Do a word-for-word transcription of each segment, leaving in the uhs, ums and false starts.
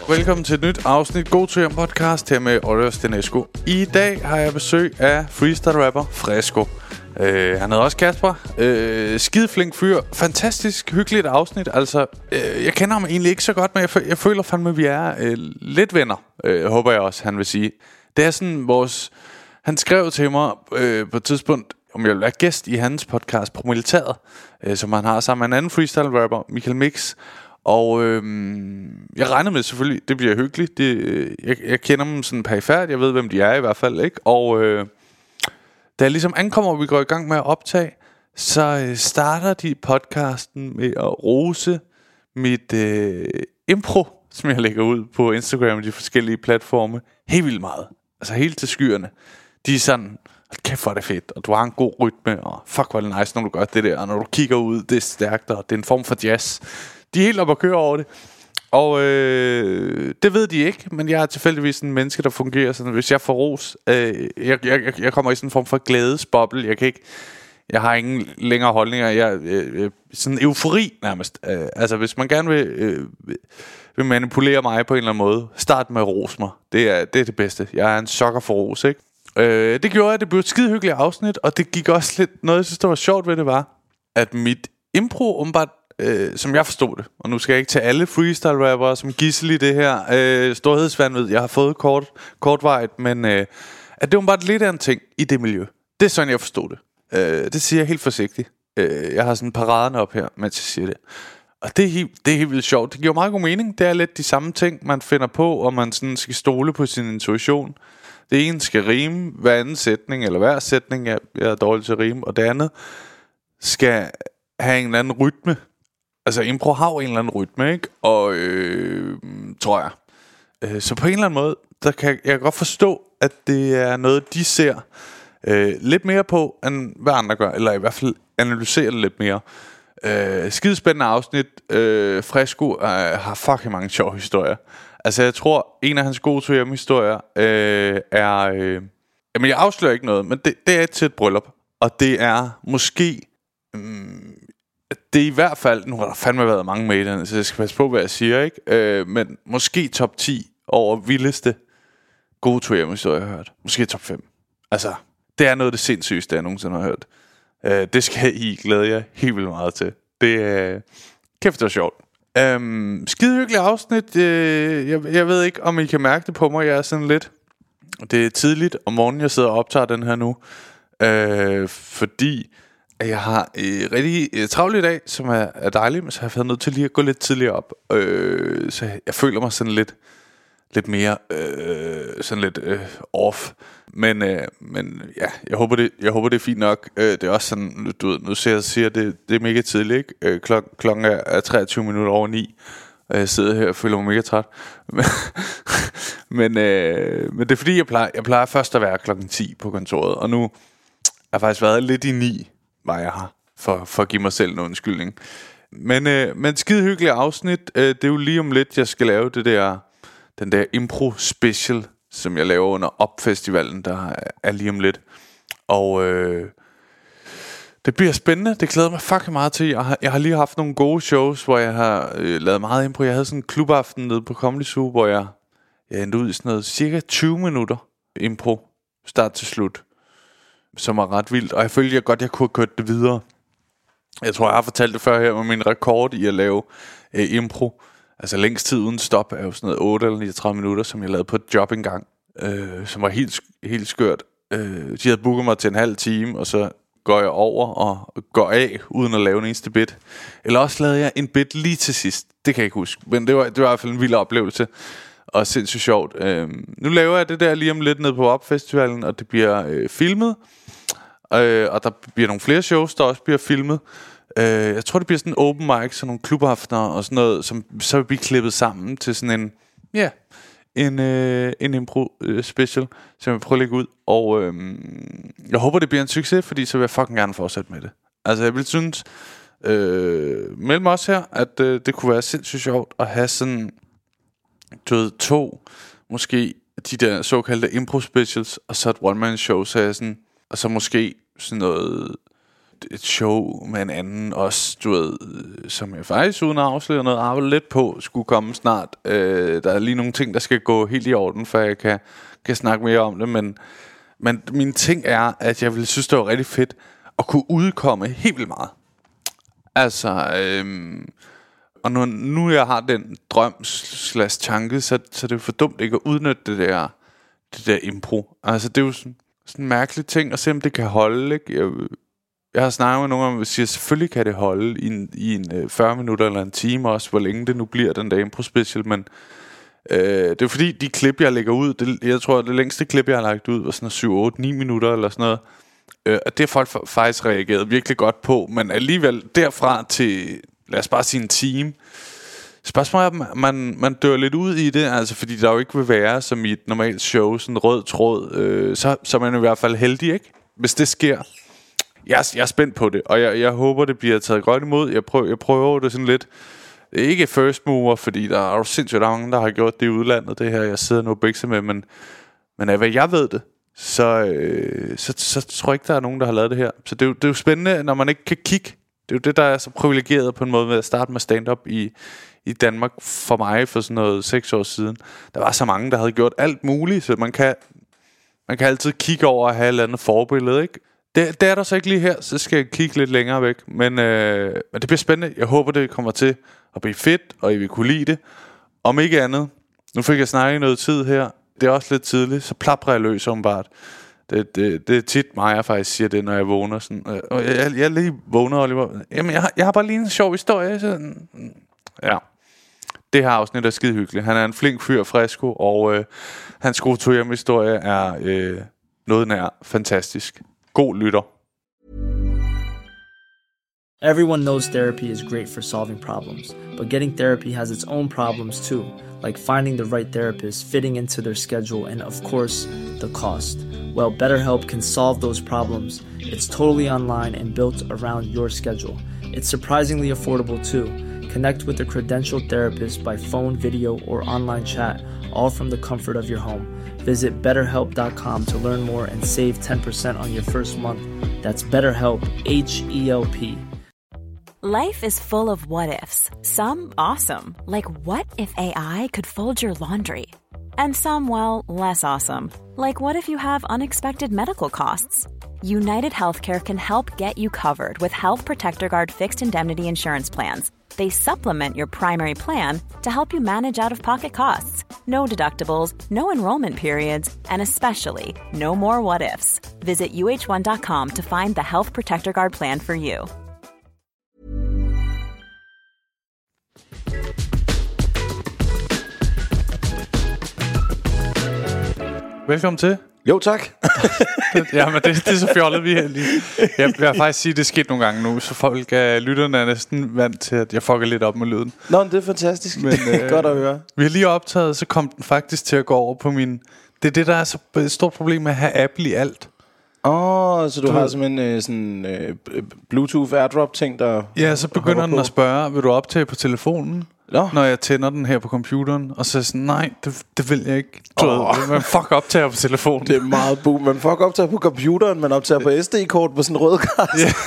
Velkommen til et nyt afsnit God to Hjem podcast her med Oliver Stenesco. I dag har jeg besøg af freestyle rapper Fresco. Uh, han hedder også Kasper. uh, Skideflink fyr. Fantastisk hyggeligt afsnit. Altså uh, jeg kender ham egentlig ikke så godt, men jeg, f- jeg føler fandme at vi er uh, lidt venner, uh, håber jeg også han vil sige. Det er sådan vores. Han skrev til mig uh, på et tidspunkt, om jeg vil være gæst i hans podcast Promilitæret, uh, som han har sammen med en anden freestyle rapper, Michael Mix. Og øhm, jeg regner med selvfølgelig, det bliver hyggeligt. det, øh, jeg, jeg kender dem sådan perifært. Jeg ved hvem de er i hvert fald, ikke? Og øh, da jeg ligesom ankommer, og vi går i gang med at optage, så øh, starter de podcasten med at rose mit øh, impro, som jeg lægger ud på Instagram og de forskellige platforme, helt vildt meget. Altså helt til skyerne. De er sådan, kæft hvor er det fedt, og du har en god rytme, og fuck hvor er det nice, når du gør det der. Og når du kigger ud, det er stærkt, og det er en form for jazz. De er helt oppe at køre over det. Og øh, det ved de ikke. Men jeg er tilfældigvis en menneske, der fungerer sådan. Hvis jeg får ros, øh, jeg, jeg, jeg kommer i sådan en form for glædesboble. Jeg kan ikke. Jeg har ingen længere holdninger. Jeg øh, sådan eufori nærmest. øh, Altså hvis man gerne vil, øh, vil manipulere mig på en eller anden måde, start med at rose mig. Det er det, er det bedste. Jeg er en sokker for ros, ikke? øh, Det gjorde jeg. Det blev et skide hyggeligt afsnit. Og det gik også lidt. Noget jeg synes der var sjovt ved det var, at mit impro umiddelbart, Øh, som jeg forstod det, og nu skal jeg ikke tage alle freestyle rappere som gidsel i det her øh, storhedsvanvid, jeg har fået kort, kortvarigt, men øh, at det var bare lidt af en ting i det miljø. Det er sådan jeg forstod det. øh, Det siger jeg helt forsigtigt. øh, Jeg har sådan paraderne op her, mens jeg siger det. Og det er, helt, det er helt vildt sjovt. Det giver meget god mening. Det er lidt de samme ting man finder på, og man sådan skal stole på sin intuition. Det ene skal rime hver anden sætning, eller hver sætning, jeg, jeg er dårlig til at rime, og det andet skal have en eller anden rytme. Altså impro har jo en eller anden rytme, ikke? Og øh, tror jeg øh, så på en eller anden måde, der kan jeg, jeg kan godt forstå, at det er noget de ser øh, lidt mere på, end hvad andre gør. Eller i hvert fald analyserer det lidt mere. øh, Skidespændende afsnit. øh, Fresco øh, har fucking mange sjove historier. Altså jeg tror, en af hans gode to hjem historier øh, er øh, jamen jeg afslører ikke noget, men det, det er til et bryllup. Og det er måske øh, det er i hvert fald, nu har der fandme været mange med i den, så jeg skal passe på hvad jeg siger, ikke? øh, Men måske top ti over vildeste gode to hjem historier jeg har hørt. Måske top fem. Altså det er noget af det sindssygeste jeg nogensinde har hørt. øh, Det skal I glæde jer helt vildt meget til. Det er øh, kæft det var sjovt. øh, Skide hyggeligt afsnit. øh, jeg, jeg ved ikke om I kan mærke det på mig. Jeg er sådan lidt, det er tidligt om morgenen jeg sidder og optager den her nu, øh, fordi jeg har øh, rigtig øh, travlt i dag, som er, er dejligt, men så har jeg været nødt til lige at gå lidt tidligere op. øh, Så jeg, jeg føler mig sådan lidt lidt mere øh, sådan lidt øh, off. Men øh, men ja, jeg håber det jeg håber det er fint nok. øh, Det er også sådan, du ved, nu ser jeg siger det det er mega tidligt, ikke? øh, klok, Klokken er, er treogtyve minutter over ni, og jeg sidder her og føler mig mega træt. men øh, men det er fordi jeg plejer jeg plejer først at være klokken ti på kontoret, og nu har jeg faktisk været lidt i ni, var jeg her, for, for at give mig selv en undskyldning. Men, øh, men skide hyggeligt afsnit. øh, Det er jo lige om lidt jeg skal lave det der, den der impro special, som jeg laver under Op-festivalen, der er lige om lidt. Og øh, det bliver spændende. Det glæder mig fucking meget til. Jeg har, jeg har lige haft nogle gode shows, hvor jeg har øh, lavet meget impro. Jeg havde sådan en klubaften nede på Comedy Zoo, hvor jeg, jeg endte ud i sådan noget cirka tyve minutter impro, start til slut, som var ret vildt. Og jeg følte jeg godt jeg kunne have kørt det videre. Jeg tror jeg har fortalt det før her, med min rekord i at lave øh, impro, altså længst tid uden stop, er jo sådan noget otte eller niogtredive minutter, som jeg lavede på et job engang, øh, som var helt, helt skørt. øh, De havde booket mig til en halv time, og så går jeg over og går af uden at lave en eneste bit. Eller også lavede jeg en bit lige til sidst. Det kan jeg ikke huske, men det var, det var i hvert fald en vild oplevelse og sindssygt sjovt. øh, Nu laver jeg det der lige om lidt nede på Op-festivalen, og det bliver øh, filmet. Øh, og der bliver nogle flere shows, der også bliver filmet. øh, Jeg tror det bliver sådan en open mic, sådan nogle klubaftener og sådan noget, som så vil blive klippet sammen til sådan en, ja, yeah, en, øh, en impro øh, special, som jeg prøver at lægge ud. Og øh, jeg håber det bliver en succes, fordi så vil jeg fucking gerne fortsætte med det. Altså jeg vil synes øh, mellem os her, at øh, det kunne være sindssygt sjovt at have sådan, du ved, to måske de der såkaldte impro specials, og så et one man show, så jeg sådan, og så måske sådan noget et show med en anden også, du ved, som jeg faktisk uden at afsløre noget arbejde lidt på, skulle komme snart. øh, Der er lige nogle ting, der skal gå helt i orden, før jeg kan, kan snakke mere om det. Men, men min ting er, at jeg ville synes, det var rigtig fedt at kunne udkomme helt vildt meget. Altså øhm, og nu, nu jeg har den drøm slash tanke, så, så det er for dumt ikke at udnytte det der, det der impro. Altså det er jo sådan, sådan en mærkelig ting at se om det kan holde, ikke? Jeg, jeg har snakket med nogen om, at siger, selvfølgelig kan det holde i en, i en fyrre minutter eller en time også, hvor længe det nu bliver den der impro special. Men øh, det er fordi de klip jeg lægger ud, det, jeg tror det længste klip jeg har lagt ud var sådan syv, otte, ni minutter eller sådan noget. Øh, og det har folk faktisk reageret virkelig godt på. Men alligevel derfra til, lad os bare sige en time. Spørgsmålet er, at man, man dør lidt ud i det, altså fordi der jo ikke vil være som i et normalt show, sådan en rød tråd. øh, så, så er man i hvert fald heldig, ikke? Hvis det sker. Jeg, jeg er spændt på det, og jeg, jeg håber det bliver taget godt imod. Jeg prøver, jeg prøver det sådan lidt. Ikke first mover, fordi der er jo sindssygt mange, der har gjort det i udlandet, det her jeg sidder nu og bikser med. Men, men af hvad jeg ved det, så, øh, så, så tror jeg ikke, der er nogen, der har lavet det her. Så det er, jo, det er jo spændende, når man ikke kan kigge. Det er jo det, der er så privilegeret på en måde ved at starte med stand-up i, i Danmark for mig for sådan noget seks år siden. Der var så mange, der havde gjort alt muligt, så man kan, man kan altid kigge over og have et eller andet forbillede, ikke? Det, det er der så ikke lige her, så skal jeg kigge lidt længere væk. Men, øh, men det bliver spændende. Jeg håber, det kommer til at blive fedt, og I vil kunne lide det. Om ikke andet, nu fik jeg snakket noget tid her. Det er også lidt tidligt, så plapper jeg løs åbenbart. Det, det, det er tit mig, jeg faktisk siger det, når jeg vågner sådan. Og jeg, jeg, jeg lige vågner, Oliver. Jamen, jeg har, jeg har bare lige en sjov historie. Sådan. Ja. Det her afsnit er skide hyggeligt. Han er en flink fyr, Fresco, og øh, hans gode to hjem historie er øh, noget nær fantastisk. God lytter. Everyone knows therapy is great for solving problems, but getting therapy has its own problems too, like finding the right therapist, fitting into their schedule, and of course, the cost. Well, BetterHelp can solve those problems. It's totally online and built around your schedule. It's surprisingly affordable too. Connect with a credentialed therapist by phone, video, or online chat, all from the comfort of your home. Visit better help dot com to learn more and save ten percent on your first month. That's BetterHelp, H E L P. Life is full of what-ifs. Some awesome, like what if A I could fold your laundry? And some, well, less awesome, like what if you have unexpected medical costs? United Healthcare can help get you covered with Health Protector Guard fixed indemnity insurance plans. They supplement your primary plan to help you manage out-of-pocket costs. No deductibles, no enrollment periods, and especially no more what-ifs. Visit U H one dot com to find the Health Protector Guard plan for you. Velkommen til. Jo, tak. Ja, men det, det er så fjollet, vi er lige. Jeg vil faktisk sige, at det er sket nogle gange nu, så folk, uh, lytterne er næsten vant til, at jeg fucker lidt op med lyden. Nå, det er fantastisk. Men, uh, godt at høre. Vi har lige optaget, så kom den faktisk til at gå over på min... Det er det, der er så et stort problem med at have Apple i alt. Åh, oh, så du, du har simpelthen uh, sådan uh, Bluetooth airdrop ting, der... Ja, så begynder den på at spørge, vil du optage på telefonen? Nå. Når jeg tænder den her på computeren. Og så er sådan, nej, det, det vil jeg ikke. oh. Man fuck optager på telefonen. Det er meget boom. Man fuck optager på computeren, man optager på S D-kort på sådan en rød kart. Yeah.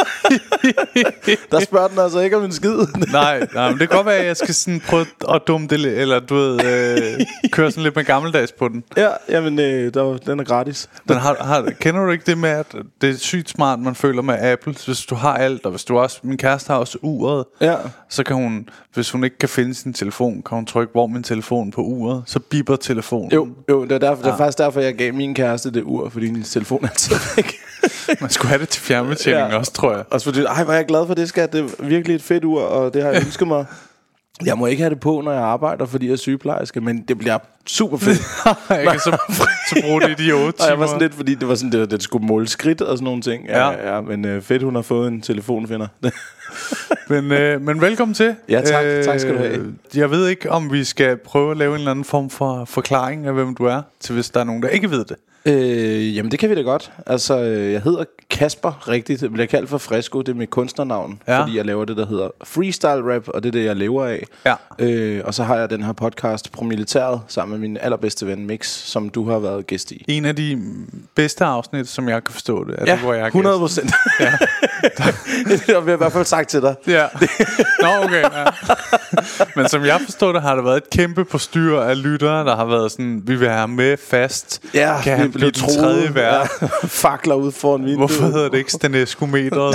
Der spørger den altså ikke om en skid. nej, nej, men det kan godt være, at jeg skal sådan prøve at dumme det, eller du ved, øh, køre sådan lidt med gammeldags på den. Ja, jamen, øh, der, den er gratis. Den har, har, kender du ikke det med, at det er sygt smart, man føler med Apple? Hvis du har alt, og hvis du også, min kæreste har også uret, ja. Så kan hun, hvis hun ikke kan finde sin telefon, kan hun trykke, hvor min telefon på uret, så biber telefonen. Jo, jo det, er derfor, ja. Det er faktisk derfor, jeg gav min kæreste det ur, fordi min telefon er altid væk. Man skulle have det til fjernbetjening ja. Også, tror jeg. Også fordi, ej, hvor er jeg glad for det, skat. Det er virkelig et fedt ur, og det har jeg ønsket mig. Jeg må ikke have det på, når jeg arbejder, fordi jeg er sygeplejerske, men det bliver super fedt. Jeg kan så, så bruge det i de otte timer. Og jeg var sådan lidt, fordi det var sådan, det, det skulle måle skridt og sådan nogle ting. Ja, ja, ja men øh, fedt, hun har fået en telefonfinder. men, øh, men velkommen til. Ja, tak. Øh, tak skal du have. Jeg ved ikke, om vi skal prøve at lave en eller anden form for forklaring af, hvem du er, til hvis der er nogen, der ikke ved det. Øh, jamen det kan vi da godt. Altså jeg hedder Kasper rigtigt. Jeg bliver kaldt for Fresco. Det er mit kunstnernavn, ja. fordi jeg laver det der hedder freestyle rap, og det er det jeg lever af. Ja. øh, Og så har jeg den her podcast Pro Militæret sammen med min allerbedste ven Mix, som du har været gæst i. En af de bedste afsnit, som jeg kan forstå det, er Ja, det, hvor jeg er hundrede procent. Ja. Det har vi i hvert fald sagt til dig. Ja. Nå okay, ja. Men som jeg forstår det, har der været et kæmpe postyr af lyttere, der har været sådan, vi vil have med fast. Ja, kan han blive den tredje værd? Ja. Fakler ud foran vinduet. Hvorfor hedder det ikke Stanesco-metret?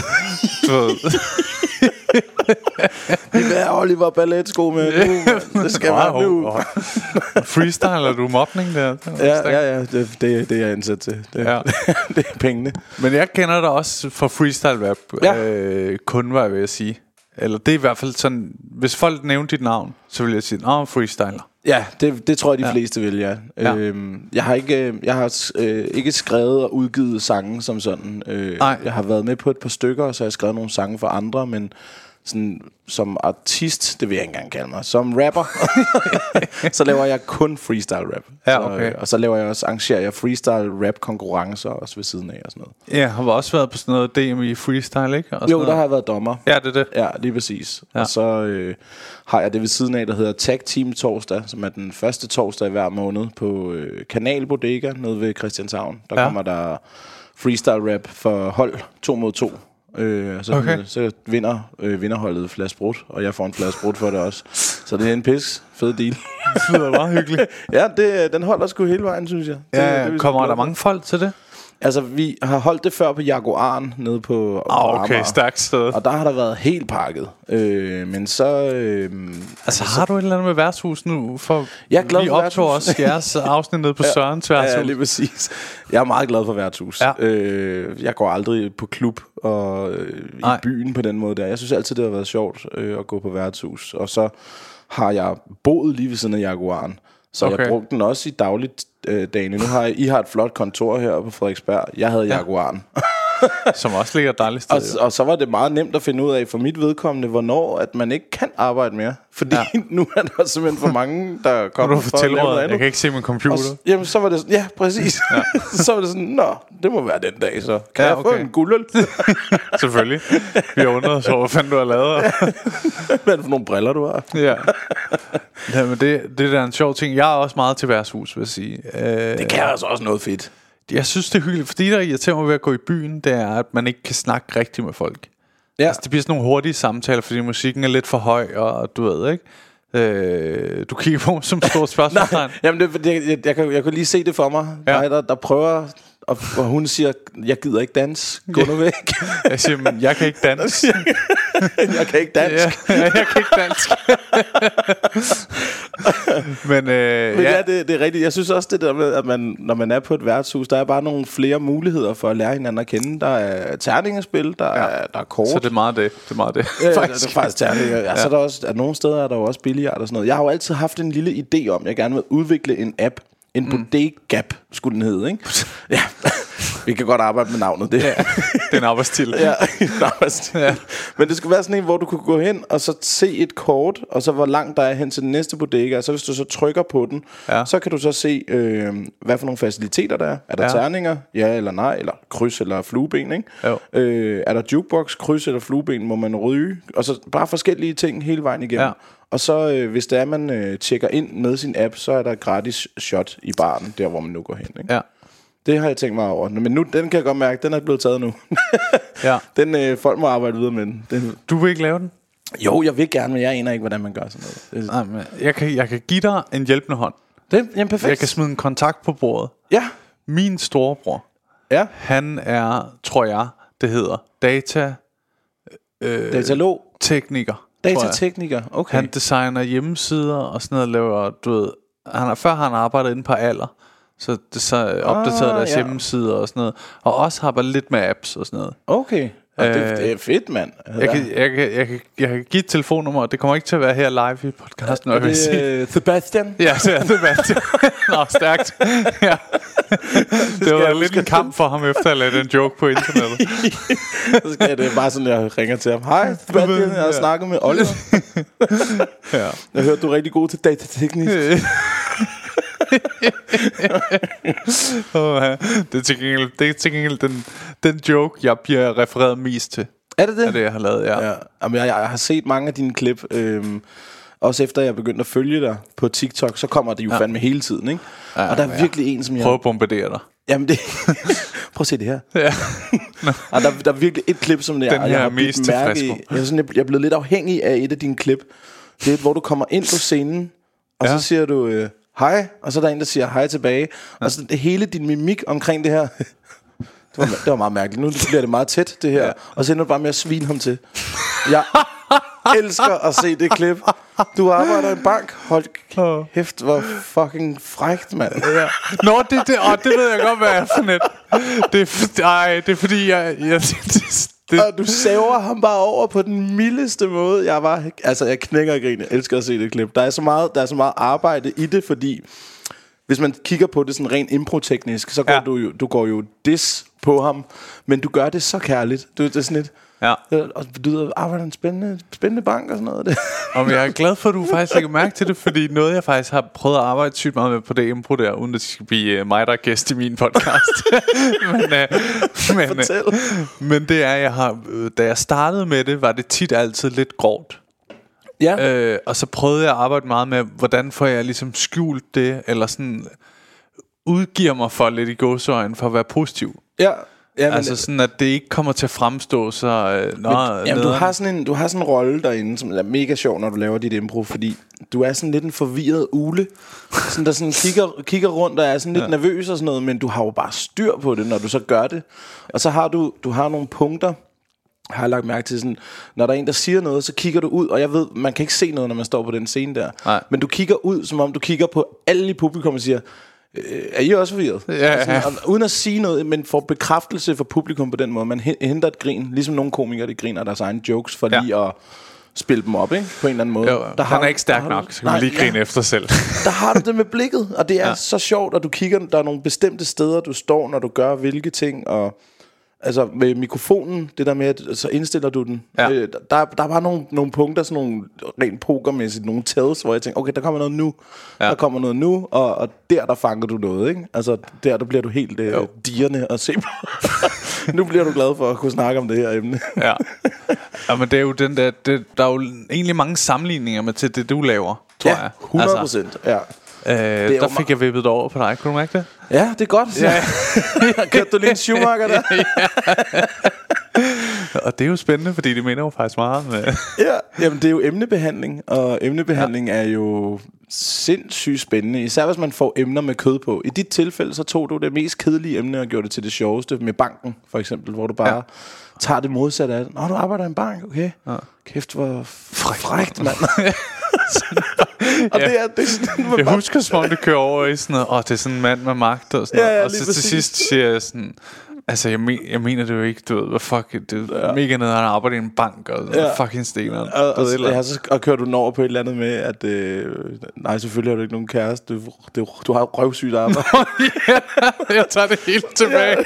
Det er Oliver Balletsko med nu. Det skal være nu. Freestyler du mobning der? Ja, ja, ja. Det, det, det er jeg indsat til. Det, ja. Det er pengene. Men jeg kender dig også fra freestyle rap. Ja. Øh, kun hvad jeg vil sige. Eller det er i hvert fald sådan, hvis folk nævner dit navn, så vil jeg sige, åh, oh, freestyler. Ja, det, det tror jeg de ja. fleste vil, ja. ja. Øhm, jeg har ikke jeg har øh, ikke skrevet og udgivet sange som sådan. Øh, jeg har været med på et par stykker, så jeg har skrevet nogle sange for andre, men sådan som artist, det vil jeg ikke engang kalde mig. Som rapper, så laver jeg kun freestyle rap. Ja, okay. Så, øh, og så laver jeg også, arrangerer jeg freestyle rap konkurrencer også ved siden af og sådan noget. Ja, har også været på sådan noget D M I freestyle, ikke? Og jo, noget. der har jeg været dommer. Ja, det er det. Ja, lige præcis. Ja. Og så øh, har jeg det ved siden af, der hedder Tag Team Torsdag, som er den første torsdag hver måned på øh, Kanal Bodega nede ved Christianshavn. Der ja. kommer der freestyle rap for hold to mod to. Øh, så, okay. så vinder øh, vinderholdet flaske brud, og jeg får en flaske brud for det også. Så det er en pis fed deal. Det lyder meget hyggeligt. Ja, det, den holder sgu hele vejen, synes jeg. Det, ja, det, kommer der mange folk til det? Altså, vi har holdt det før på Jaguaren nede på oh, okay, stærkt sted. Og der har der været helt pakket. øh, Men så øh, altså, har så, du et eller andet med værtshus nu? For jeg er glad vi for optog også jeres afsnit nede på ja, Sørens værtshus. Ja, lige præcis. Jeg er meget glad for værtshus. ja. øh, Jeg går aldrig på klub og øh, i Ej. byen på den måde der. Jeg synes altid, det har været sjovt øh, at gå på værtshus. Og så har jeg boet lige ved siden af Jaguaren, så okay. jeg brugte den også i dagligt øh, dagene. Nu har jeg, I har et flot kontor her på Frederiksberg. Jeg havde ja. Jaguaren. Som også ligger et dejligt sted. Og, og så var det meget nemt at finde ud af for mit vedkommende, hvornår at man ikke kan arbejde mere. Fordi ja. nu er der simpelthen for mange, der kommer for at lave noget andet. Jeg kan ikke se min computer. Og, jamen så var det sådan, ja præcis. Ja. Så var det sådan, nå, det må være den dag så. Kan ja, jeg okay. få en guldøl? Selvfølgelig. Vi har undret os over, hvad fanden du har lavet. Hvad er det for nogle briller, du har? Ja. Ja, men det, det der er en sjov ting. Jeg er også meget til værtshus, vil jeg sige. Øh, det kan altså også noget fedt. Jeg synes det er hyggeligt. Fordi der irriterer mig ved at gå i byen, det er at man ikke kan snakke rigtigt med folk. Ja. Altså det bliver sådan nogle hurtige samtaler, fordi musikken er lidt for høj, og du ved ikke. øh, Du kigger på som stort spørgsmålstegn. Jamen det, jeg, jeg, jeg, kan, jeg kan lige se det for mig. Ja. Der, der, der prøver, og, og hun siger, jeg gider ikke dans. Gå nu væk. Jeg siger, men jeg kan ikke danse. Jeg kan ikke dansk. Ja, jeg kan ikke dansk. Men, øh, Men ja, ja det, det er rigtigt. Jeg synes også det der med, at man, når man er på et værtshus, der er bare nogle flere muligheder for at lære hinanden at kende. Der er terningespil, der, ja. er, der er kort. Så det er meget det, det, er meget det. Ja, faktisk. Det er faktisk terninger. Ja, ja. Så er der også, at nogle steder er der jo også billiard og sådan noget. Jeg har jo altid haft en lille idé om, at jeg gerne vil udvikle en app. En bodega-app skulle den hedde, ikke? Ja, vi kan godt arbejde med navnet. Det, ja, det er en arbejdstitel. Ja, en arbejdstitel. Ja. Men det skulle være sådan en, hvor du kunne gå hen og så se et kort, og så hvor langt der er hen til den næste bodega. Og så hvis du så trykker på den, ja. så kan du så se, øh, hvad for nogle faciliteter der er. Er der ja. terninger? Ja eller nej? Eller kryds eller flueben, ikke? Øh, er der jukebox, kryds eller flueben? Må man ryge? Og så bare forskellige ting hele vejen igennem. Ja. Og så øh, hvis det er, man øh, tjekker ind med sin app, så er der gratis shot i baren, der hvor man nu går hen, ikke? Ja. Det har jeg tænkt mig over. Men nu, den kan jeg godt mærke, den er blevet taget nu. Ja. Den, øh, folk må arbejde videre med den. den. Du vil ikke lave den? Jo, jeg vil gerne, men jeg aner ikke, hvordan man gør sådan noget. Nej, men jeg, kan, jeg kan give dig en hjælpende hånd. Det, jamen, perfekt. Jeg kan smide en kontakt på bordet. Ja. Min storebror, ja. han er, tror jeg, det hedder data... Øh, Datalog? Tekniker. Datatekniker, okay. Han designer hjemmesider og sådan noget, laver, du ved, han har, før har han arbejdet inde på Aller, så det så opdateret ah, deres ja. hjemmesider og sådan noget, og også har bare lidt med apps og sådan noget. Okay. Og det, det er fedt, mand. Jeg kan, jeg, kan, jeg, kan, jeg kan give et telefonnummer. Det kommer ikke til at være her live i podcasten. Er det uh, Sebastian? Ja, det er Sebastian. Nå, stærkt. Ja. Det var lidt en kamp for ham efter at lade den joke på internettet. Så skal jeg det bare sådan, jeg ringer til ham. Hej Sebastian, jeg har ja. snakket med Oliver. Ja. Jeg hørte, du er rigtig god til datateknik. oh, ja. Det er til gengæld, det er til gengæld den, den joke, jeg bliver refereret mest til. Er det det? Er det, jeg har lavet, ja. ja. Jamen, jeg, jeg har set mange af dine klip, øhm, også efter jeg begyndte at følge dig på TikTok, så kommer det jo ja. fandme hele tiden, ikke? Ja, og der er ja. virkelig en, som jeg... Prøv at bombardere dig. Jamen det... Prøv at se det her. Ja. Og der, der er virkelig et klip, som det den er, jeg har mest til Fresco. Jeg er, sådan, jeg, jeg er blevet lidt afhængig af et af dine klip. Det er, hvor du kommer ind på scenen, og ja. så siger du øh, hej, og så er der en, der siger hej tilbage. Ja. Og så det hele din mimik omkring det her... Det var, det var meget mærkeligt. Nu bliver det meget tæt, det her. Ja. Og så ender du bare med at svine ham til. Jeg elsker at se det klip. Du arbejder i en bank. Hold kæft, hvor fucking frækt, mand. Ja. Nå, det, det, åh, det ved jeg godt, hvad er for net. Det er, ej, det er fordi, jeg... jeg det, det. Og du saver ham bare over på den mildeste måde. Jeg var, altså, jeg knækker og griner. Jeg elsker at se det klip. Der er så meget, der er så meget arbejde i det, fordi... Hvis man kigger på det sådan rent impro-teknisk, så går ja. du jo du går jo diss på ham, men du gør det så kærligt. Du det er sådan lidt. Ja. Og du arbejder en spændende spændende bank og sådan noget. Det. Og jeg er glad for at du faktisk lægger mærke til det, fordi noget jeg faktisk har prøvet at arbejde sygt meget med på det impro der, uden at det skal blive uh, mig der er gæst i min podcast. men, uh, men, uh, men det er jeg har da jeg startede med det, var det tit altid lidt grovt. Ja. Øh, og så prøvede jeg at arbejde meget med, hvordan får jeg ligesom skjult det, eller sådan udgiver mig for lidt i gåseøjne for at være positiv. Ja. Ja, men altså sådan at det ikke kommer til at fremstå så øh, nå, men, jamen, du har sådan en du har sådan en rolle derinde, som er mega sjov, når du laver dit impro, fordi du er sådan lidt en forvirret ugle, sådan der sådan kigger kigger rundt og er sådan lidt ja. nervøs og sådan noget, men du har jo bare styr på det, når du så gør det. Og så har du du har nogle punkter, har jeg lagt mærke til, sådan, når der er en, der siger noget, så kigger du ud, og jeg ved, man kan ikke se noget, når man står på den scene der. Nej. Men du kigger ud, som om du kigger på alle i publikum og siger, øh, er I også forvirret? Ja, ja. Altså, uden at sige noget, men får bekræftelse for publikum på den måde. Man henter et grin, ligesom nogle komikere, de griner deres egne jokes, for ja. lige at spille dem op, ikke? På en eller anden måde. Jo, der han er ikke stærk nok, så kan man lige grine ja. efter selv. Der har du det med blikket, og det er ja. så sjovt, at du kigger, der er nogle bestemte steder, du står, når du gør hvilke ting, og... Altså med mikrofonen, det der med, at så indstiller du den. Ja. øh, der, der var nogle, nogle punkter, sådan nogle rent pokermæssigt, nogle tells, hvor jeg tænkte, okay, der kommer noget nu. Ja. Der kommer noget nu, og, og der, der fanger du noget, ikke? Altså der, der bliver du helt øh, dirrende at se på. Nu bliver du glad for at kunne snakke om det her emne. Ja. Ja, men det er jo den der, det, der er jo egentlig mange sammenligninger med til det, du laver, tror ja, jeg. hundrede procent, altså, ja. Øh, der fik jeg vippet over på dig. Kunne du mærke det? Ja, det er godt. Ja. Kørte du lige en Schumacher der? Og det er jo spændende, fordi det minder jo faktisk meget med. Ja, jamen det er jo emnebehandling. Og emnebehandling ja. er jo sindssygt spændende. Især hvis man får emner med kød på. I dit tilfælde så tog du det mest kedelige emne og gjorde det til det sjoveste. Med banken for eksempel, hvor du bare ja. tager det modsatte af det. Nå, du arbejder i en bank, okay. Ja. Kæft, hvor frækt, mand. Og ja. det er, det er sådan, jeg bare... husker som om det kører over i sådan noget. Åh, det er sådan en mand med magt og sådan ja, ja, og så til sidst siger jeg sådan, altså jeg, men, jeg mener det jo ikke, du ved, hvad fuck, det er ja. mega nede, han arbejder i en bank og ja. fucking steneren. Og, og, og, ja, så, og kører du den over på et eller andet med, at øh, nej, selvfølgelig har du ikke nogen kæreste, du, du, du har røvsygt arbejde. Ja, jeg tager det helt tilbage.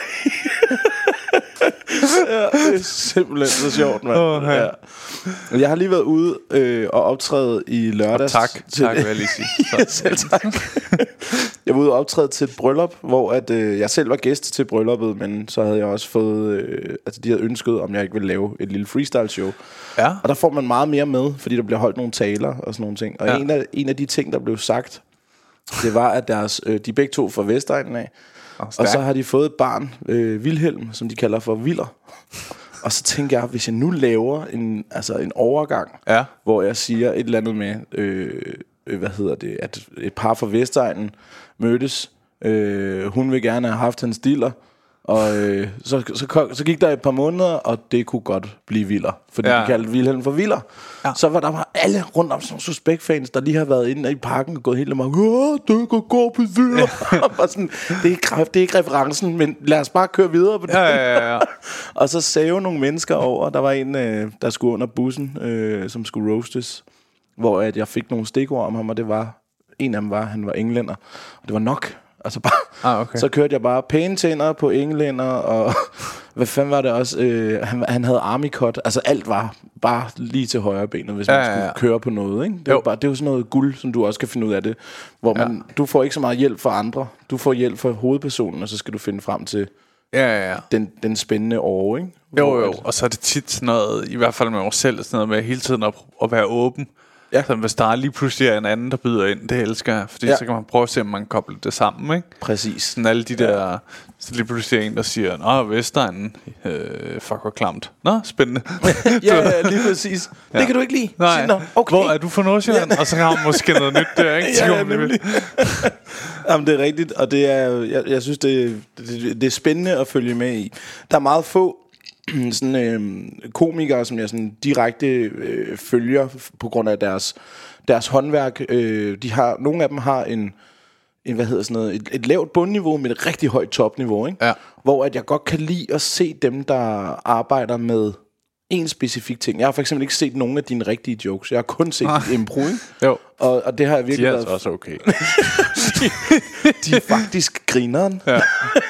Ja, det er simpelthen så sjovt, mand. Oh, ja. Jeg har lige været ude øh, og optræde i lørdags. Og tak, til tak vil jeg lige sige. Ja, selv tak. Jeg var ude og optræde til et bryllup, hvor at, øh, jeg selv var gæst til brylluppet, men så havde jeg også fået, øh, altså de havde ønsket, om jeg ikke ville lave et lille freestyle show. Ja. Og der får man meget mere med, fordi der bliver holdt nogle taler og sådan nogle ting. Og ja. en, af, en af de ting, der blev sagt, det var, at deres, øh, de begge to fra Vestegnen af, oh, og så har de fået et barn, øh, Vilhelm, som de kalder for Viller. Og så tænker jeg, hvis jeg nu laver en, altså en overgang, ja. hvor jeg siger et eller andet med, øh, øh, hvad hedder det, at et par fra Vestegnen mødtes, øh, hun vil gerne have haft hans diller, og øh, så, så, så gik der et par måneder, og det kunne godt blive Viller, fordi ja. de kaldte Vilhelm for Viller. Ja. Så var der var alle rundt om sådan Suspekt-fans, der lige har været inde i parken og gået helt meget, åh, det kan gå på Viller. Ja. Sådan, det, er ikke, det er ikke referencen, men lad os bare køre videre på det. Ja, ja, ja. Og så save nogle mennesker over. Der var en, øh, der skulle under bussen, øh, som skulle roastes, hvor at jeg fik nogle stikord om ham, og det var, en af dem var, han var englænder, og det var nok. Altså bare, ah, okay. Så kørte jeg bare pæne tænder på englænder, og hvad fanden var det også, øh, han, han havde army cut, altså alt var bare lige til højre benet, hvis man ja, ja, ja. skulle køre på noget, ikke? Det er jo bare, det er jo sådan noget guld, som du også kan finde ud af det, hvor man, ja. du får ikke så meget hjælp fra andre, du får hjælp fra hovedpersonen, og så skal du finde frem til ja, ja, ja. Den, den spændende år, ikke? Jo, jo, og så er det tit sådan noget, i hvert fald med mig selv, sådan noget med hele tiden at, at være åben. Ja. Så hvis der er lige pludselig en anden, der byder ind, det elsker jeg. Fordi ja. så kan man prøve at se, om man kan koble det sammen, ikke? Præcis. Sådan alle de der, ja. så lige pludselig en, der siger, nå, Vestegnen, øh, fuck, hvor klamt. Nå, spændende. ja, ja, lige præcis. Ja. Det kan du ikke lide. Nej, Nå, okay. Hvor er du fra Nordsjælland? Ja. Og så har man måske noget nyt der, ikke? ja, ja, nemlig. Jamen, det er rigtigt, og det er, jeg, jeg synes, det, det, det er spændende at følge med i. Der er meget få sådan øh, komikere, som jeg sådan direkte øh, følger på grund af deres deres håndværk. Øh, de har nogle af dem har en en hvad hedder sådan noget et, et lavt bundniveau med et rigtig højt topniveau, ikke? Ja. Hvor at jeg godt kan lide at se dem der arbejder med en specifik ting. Jeg har for eksempel ikke set nogen af dine rigtige jokes. Jeg har kun set ah. impro, ikke? Jo. Og, og det har jeg virkelig de er været også okay. de, de er faktisk grineren. Ja.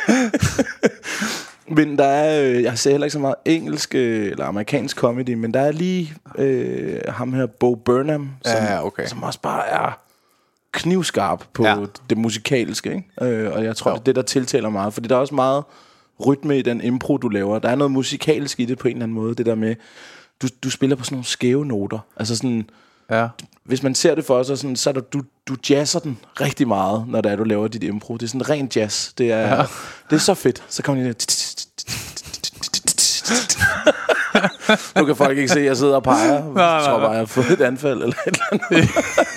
Men der er, øh, jeg ser heller ikke så meget engelsk øh, eller amerikansk comedy, men der er lige øh, ham her, Bo Burnham, som, ja, okay. som også bare er knivskarp på ja. det musikalske, ikke? Øh, og jeg tror, jo. det er det, der tiltaler meget, fordi der er også meget rytme i den impro, du laver. Der er noget musikalsk i det på en eller anden måde, det der med, du, du spiller på sådan nogle skæve noter, altså sådan... Ja. Hvis man ser det for sig, sådan, så er der, du, du jazzer den rigtig meget, når det er, du laver dit impro. Det er sådan ren jazz. Det er, ja. det er så fedt. Så kommer de der... Nu kan folk ikke se, at jeg sidder og peger. Jeg tror bare, jeg har fået et anfald eller et eller andet.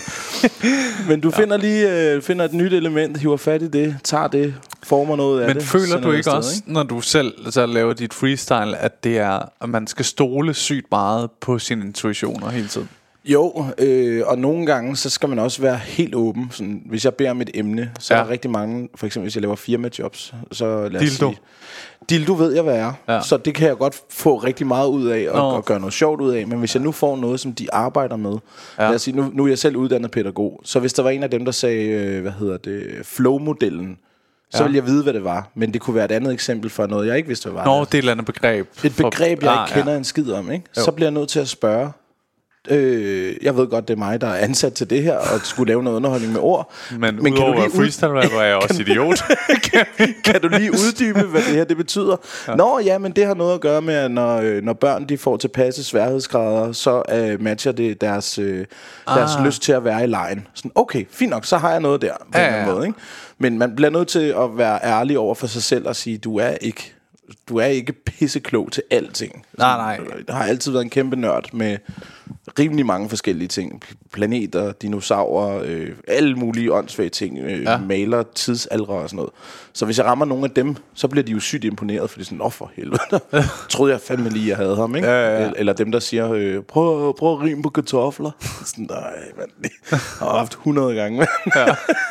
Men du finder lige uh, finder et nyt element, hiver fat i det, tager det, former noget af Men det. Men føler du ikke sted, også, ikke? når du selv så laver dit freestyle, at det er, at man skal stole sygt meget på sine intuitioner hele tiden? Jo, øh, og nogle gange, så skal man også være helt åben. Sådan, hvis jeg beder om et emne, så ja. er der rigtig mange, for eksempel hvis jeg laver firmajobs, så lad os Dildo. sige, Dildo ved jeg, hvad er. Ja. Så det kan jeg godt få rigtig meget ud af, og, og gøre noget sjovt ud af. Men hvis jeg nu får noget, som de arbejder med, ja. lad os sige, nu, nu er jeg selv uddannet pædagog, så hvis der var en af dem, der sagde, øh, hvad hedder det, flow-modellen, så ja. ville jeg vide, hvad det var. Men det kunne være et andet eksempel for noget, jeg ikke vidste, hvad var. Nå, det er et eller andet begreb. Et begreb, for, jeg ah, ikke kender ja. en skid om, ikke? Så bliver jeg nødt til at spørge. Øh, jeg ved godt, det er mig, der er ansat til det her og skulle lave noget underholdning med ord. Men, Men udover kan du lige freestyle rapper er jeg også idiot. kan, kan du lige uddybe, hvad det her det betyder? Ja. Nå ja, men det har noget at gøre med, at når, når børn de får tilpasse sværhedsgrader, så øh, matcher det deres, øh, deres ah. lyst til at være i lejen. Sådan, okay, fint nok, så har jeg noget der på ja, en ja. måde, ikke? Men man bliver nødt til at være ærlig over for sig selv og sige, du er ikke Du er ikke pisseklog til alting. Nej, nej. Jeg har altid været en kæmpe nørd med rimelig mange forskellige ting. Planeter, dinosaurer, øh, alle mulige åndssvage ting. Øh, ja. Maler, tidsaldre og sådan noget. Så hvis jeg rammer nogle af dem, så bliver de jo sygt imponeret, fordi sådan, åh for helvede. Troede jeg fandme lige, jeg havde ham, ikke? Ja, ja, ja. Eller dem, der siger, øh, prøv, prøv at rime på kartofler. Sådan, nej, mand. Jeg har haft hundrede gange. Ja.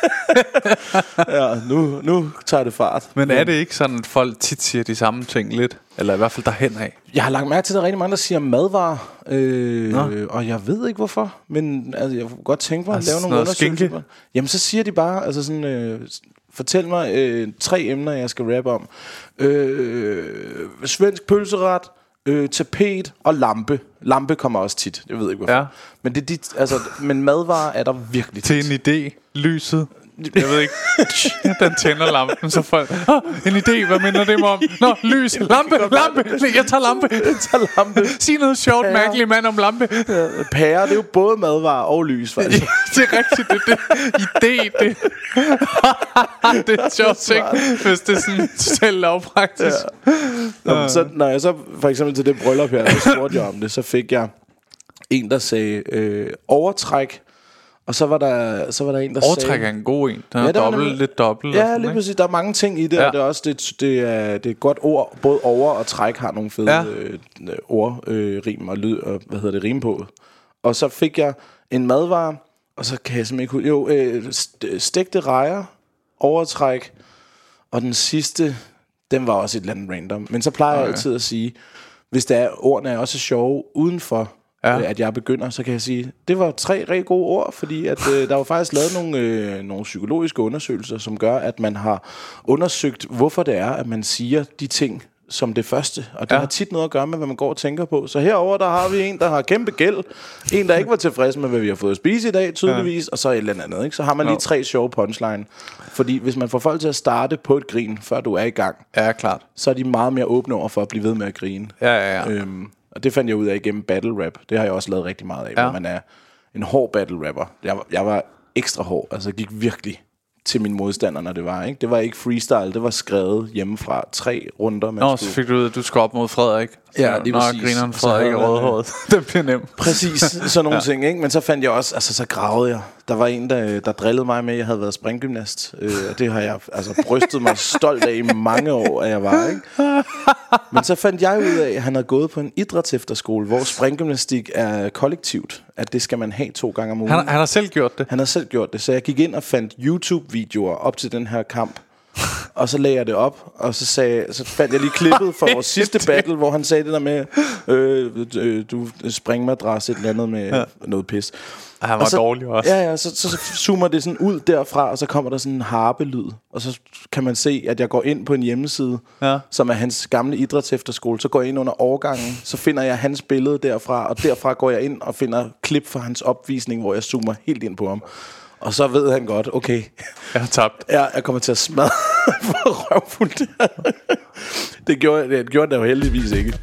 ja, nu, nu tager det fart. Men er det ikke sådan, at folk tit siger de samme ting lidt? Eller i hvert fald derhen af? Jeg har lagt mærke til, at der er rigtig mange, der siger madvarer. Øh, og jeg ved ikke hvorfor. Men altså, jeg kunne godt tænke mig at lave nogle undersøgelser. Jamen så siger de bare, altså sådan, øh, fortæl mig øh, tre emner, jeg skal rappe om. Øh, svensk pølseret, øh, tapet og lampe. Lampe kommer også tit, jeg ved ikke hvorfor. Ja. Men, det, dit, altså, men madvarer er der virkelig tit. Til en idé, lyset. Jeg ved ikke. Den tænder lampen, så folk ah, en idé, hvad minder det mig om? Nå, lys, lampe, lampe. Jeg tager lampe. Jeg tager lampe. Sig noget sjovt, pære. Mærkeligt mand om lampe. Ja, pære, det er jo både madvarer og lys, faktisk. Det er rigtigt, det, det. Idé, det. Det er sjovt, ikke? Hvis det er sådan totalt lavpraktisk. Ja. Nå, så, når jeg så for eksempel til det bryllup her, så spurgte jeg om det, så fik jeg en, der sagde øh, overtræk. Og så var der så var der en der Overtræk sagde, er en god en. Den er ja, dobbelt, nemlig, lidt dobbelt. Ja, lige præcis. Der er mange ting i det, ja. Og det er også det, det er det er et godt ord. Både over og træk har nogle fede ja. øh, ordrim øh, og lyd og hvad hedder det rime på. Og så fik jeg en madvare, og så kan jeg simpelthen ikke jo øh, stegte rejer, overtræk, og den sidste, den var også et eller andet random. Men så plejer okay. jeg altid at sige, hvis der er ordene er også sjove udenfor. Ja. At jeg begynder, så kan jeg sige, det var tre rigtig gode ord, fordi at øh, der var faktisk lavet nogle, øh, nogle psykologiske undersøgelser, som gør, at man har undersøgt, hvorfor det er, at man siger de ting, som det første. Og det ja. har tit noget at gøre med, hvad man går og tænker på. Så herover der har vi en, der har kæmpe gæld. En, der ikke var tilfreds med, hvad vi har fået at spise i dag, tydeligvis. Ja. Og så et eller andet, ikke? Så har man lige tre sjove punchline. Fordi hvis man får folk til at starte på et grin, før du er i gang, ja, klart. så er de meget mere åbne over for at blive ved med at grine. Ja, ja, ja. Øhm, og det fandt jeg ud af igennem battle rap. Det har jeg også lavet rigtig meget af, ja. Hvor man er en hård battle rapper. Jeg, jeg var ekstra hård, altså jeg gik virkelig til min modstander, når det var, ikke? Det var ikke freestyle, det var skrevet hjemmefra. Tre runder. Nå, så fik du ud, at du skulle op mod Frederik. Ja, lige præcis. Nå, grineren Frederik og rødhåret. Det bliver nemt. Præcis, sådan nogle ja. ting, ikke? Men så fandt jeg også, altså så gravede jeg. Der var en, der, der drillede mig med, at jeg havde været springgymnast. Øh, og det har jeg altså brystet mig stolt af i mange år, at jeg var, ikke? Men så fandt jeg ud af, at han havde gået på en idrætsefterskole, hvor springgymnastik er kollektivt. At det skal man have to gange om ugen. Han, han har selv gjort det? Han har selv gjort det. Så jeg gik ind og fandt YouTube-videoer op til den her kamp. Og så lagde jeg det op, og så, sagde, så fandt jeg lige klippet fra vores sidste battle, hvor han sagde det der med, øh, øh, du springmadras, et eller andet med ja. noget pis. Og han var og så, dårlig også. Ja, ja, så, så, så zoomer det sådan ud derfra, og så kommer der sådan en harpelyd. Og så kan man se, at jeg går ind på en hjemmeside, ja. som er hans gamle idrætsefterskole. Så går jeg ind under årgangen, så finder jeg hans billede derfra, og derfra går jeg ind og finder klip fra hans opvisning, hvor jeg zoomer helt ind på ham. Og så ved han godt, okay, jeg har tabt. Ja, jeg kommer til at smadre for røvfuldt. Det gjorde, det gjorde det jo heldigvis ikke.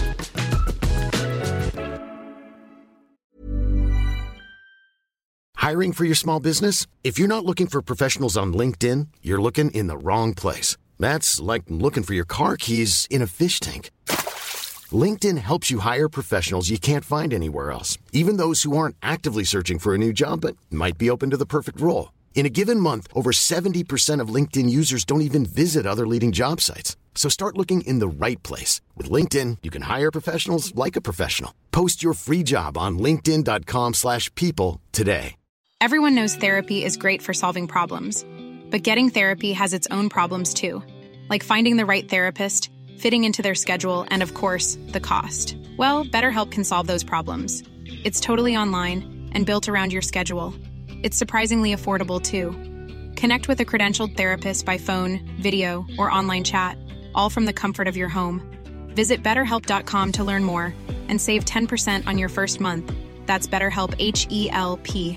Hiring for your small business? If you're not looking for professionals on LinkedIn, you're looking in the wrong place. That's like looking for your car keys in a fish tank. LinkedIn helps you hire professionals you can't find anywhere else, even those who aren't actively searching for a new job but might be open to the perfect role. In a given month, over seventy percent of LinkedIn users don't even visit other leading job sites. So start looking in the right place. With LinkedIn, you can hire professionals like a professional. Post your free job on linkedin dot com slash people today. Everyone knows therapy is great for solving problems. But getting therapy has its own problems too. Like finding the right therapist, fitting into their schedule, and of course, the cost. Well, BetterHelp can solve those problems. It's totally online and built around your schedule. It's surprisingly affordable too. Connect with a credentialed therapist by phone, video, or online chat, all from the comfort of your home. Visit better help dot com to learn more and save ten percent on your first month. That's BetterHelp, H E L P.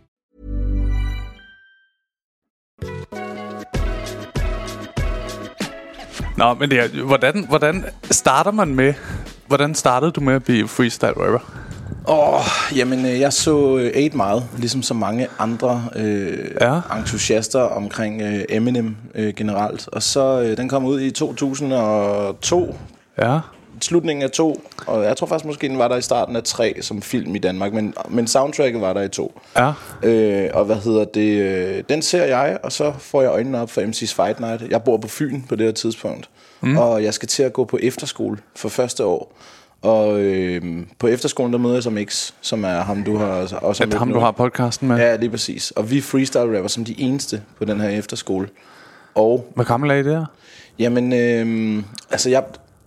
Nå, men det er, hvordan, hvordan starter man med, hvordan startede du med at blive freestyle rapper? Åh, oh, jamen jeg så otte meget, ligesom så mange andre øh, ja. entusiaster omkring øh, Eminem øh, generelt. Og så øh, den kom ud i to tusind og to. Ja. Slutningen af to, og jeg tror faktisk måske den var der i starten af tre som film i Danmark, men, men soundtracket var der i to. Ja. Øh, og hvad hedder det, øh, den ser jeg, og så får jeg øjnene op for M C's Fight Night. Jeg bor på Fyn på det her tidspunkt, mm. og jeg skal til at gå på efterskole for første år. Og øh, på efterskolen der møder jeg som X, som er ham du har også mødt ham nu. Du har podcasten med. Ja, lige præcis. Og vi freestyle rapper som de eneste på den her efterskole. Og hvor gammel er I der? Jamen øh, altså jeg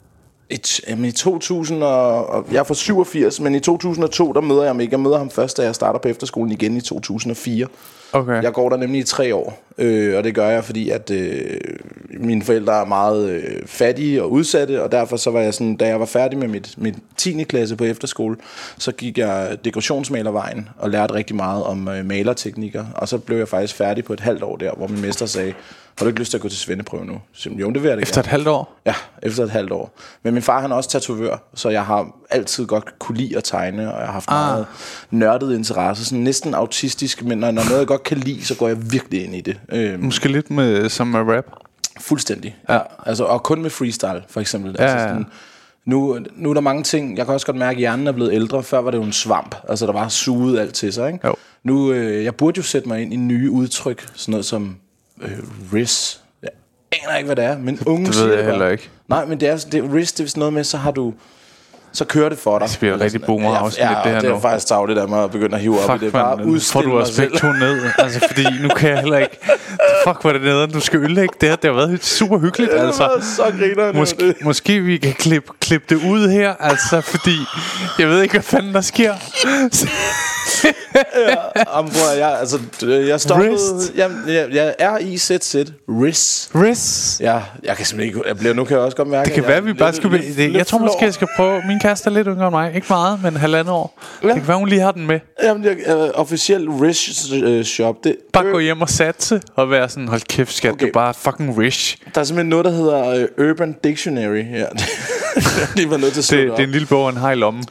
Et, jamen i to tusind og, og jeg er fra syvogfirs, men i to tusind og to der møder jeg ham ikke. Jeg møder ham først, da jeg starter på efterskolen igen i to tusind og fire. Okay. Jeg går der nemlig i tre år, øh, og det gør jeg, fordi at øh, mine forældre er meget øh, fattige og udsatte, og derfor så var jeg sådan, da jeg var færdig med mit, mit tiende klasse på efterskole, så gik jeg dekorationsmalervejen og lærte rigtig meget om øh, malerteknikker, og så blev jeg faktisk færdig på et halvt år der, hvor min mester sagde, har du ikke lyst til at gå til svendeprøve nu? Så, jo, det vil jeg det Efter gerne. et halvt år? Ja, efter et halvt år. Men min far han er også tatovør, så jeg har altid godt kunne lide at tegne, og jeg har haft ah. meget nørdet interesse, sådan næsten autistisk, men når, når noget jeg godt kan lide, så går jeg virkelig ind i det. Øhm, Måske lidt med, som med rap? Fuldstændig, ja. Altså, og kun med freestyle, for eksempel. Ja, altså sådan, ja. Nu, nu er der mange ting. Jeg kan også godt mærke, at hjernen er blevet ældre. Før var det jo en svamp. Altså der var suget alt til sig, ikke? Jo. Nu, øh, jeg burde jo sætte mig ind i nye udtryk. Sådan noget som øh, Riz. Jeg aner ikke, hvad det er. Men unge det ved jeg heller ikke. Nej, men det er, det, Riz, det er sådan noget med, så har du... Så kører det for dig. Det bliver rigtig boomer-afsnit, ja, det her nu. Ja, det er faktisk tavligt af mig at begynde at hive fuck, op i det. Bare man, får du også begge to ned. Altså, fordi nu kan jeg heller ikke... Fuck, hvor er det nederen. Du skal ødelægge det her. Det har været super hyggeligt, det altså. Så griner måske, måske vi kan klippe klip det ud her, altså, fordi... Jeg ved ikke, hvad fanden der sker. ja, jeg, jeg, altså, jeg stoppede. Jeg, jeg, jeg er i Z Z. Riz. Riz. Ja, jeg kan simpelthen ikke. Jeg bliver, nu kan jeg også godt mærke. Det kan at være, jeg, vi bare lidt, skulle. lidt, Det, lidt jeg tror flår. måske, jeg skal prøve. Min kæreste er lidt yngre end mig. Ikke meget, men halvandet år. Ja. Det kan være, hun lige har den med. Jamen, det er uh, officiel Riz uh, shop. Det, bare øh, gå hjem og satse og være sådan, hold kæft, skat, okay. Du bare fucking rich. Der er simpelthen noget, der hedder uh, Urban Dictionary her. Det var nødt til at det, det er en lille bog, en har i lommen.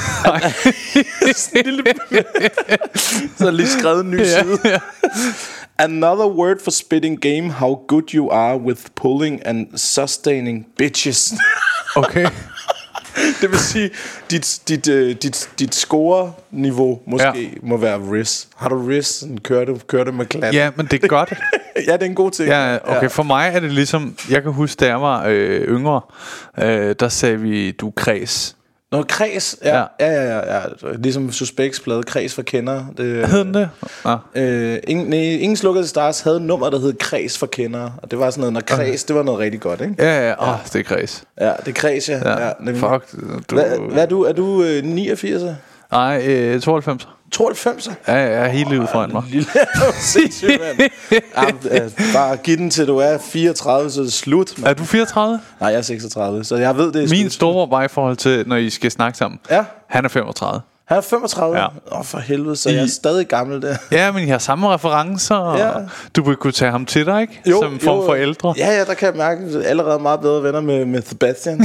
Så er lige skrevet en ny side. Ja, ja. Another word for spitting game, how good you are with pulling and sustaining bitches. Okay. Det vil sige, dit, dit, uh, dit, dit score-niveau måske ja. må være Riz. Har du Riz? Kører du, kører du med klat? Ja, men det er godt. Ja, det er en god ting. Ja, okay. Ja. For mig er det ligesom, jeg kan huske, da jeg var øh, yngre, øh, der sagde vi, du er kreds. Nå, kreds, ja, ja, ja, ja, ja. Ligesom Suspects plade, kreds for kender. Det, hed den det? Ja. Øh, ingen, nej, ingen Slukkede Stars havde et nummer, der hed Kreds for kender. Og det var sådan noget, når kreds, det var noget rigtig godt, ikke? Ja, ja, åh, oh, det er kreds. Ja, det er kreds, ja. ja. ja Fuck. Du... Hvad, hvad er du? Er du øh, niogfirs? Nej, øh, tooghalvfems. tooghalvfems? Ja, jeg er helt livet foran mig. Lille, sindssygt, mand. Ja, bare giv den til du er fireogtredive, så er det slut, man. Er du fireogtredive? Nej, jeg er seksogtredive, så jeg ved det er min store bare i forhold til, når I skal snakke sammen. Ja. Han er femogtredive. Han er femogtredive? Åh, ja. oh, for helvede, så I... jeg er stadig gammel der. Ja, men I har samme referencer, og ja. Du burde kunne tage ham til dig, ikke? Jo, som form jo. for ældre. Ja, ja, der kan jeg mærke, at jeg er allerede meget bedre venner med, med Sebastian.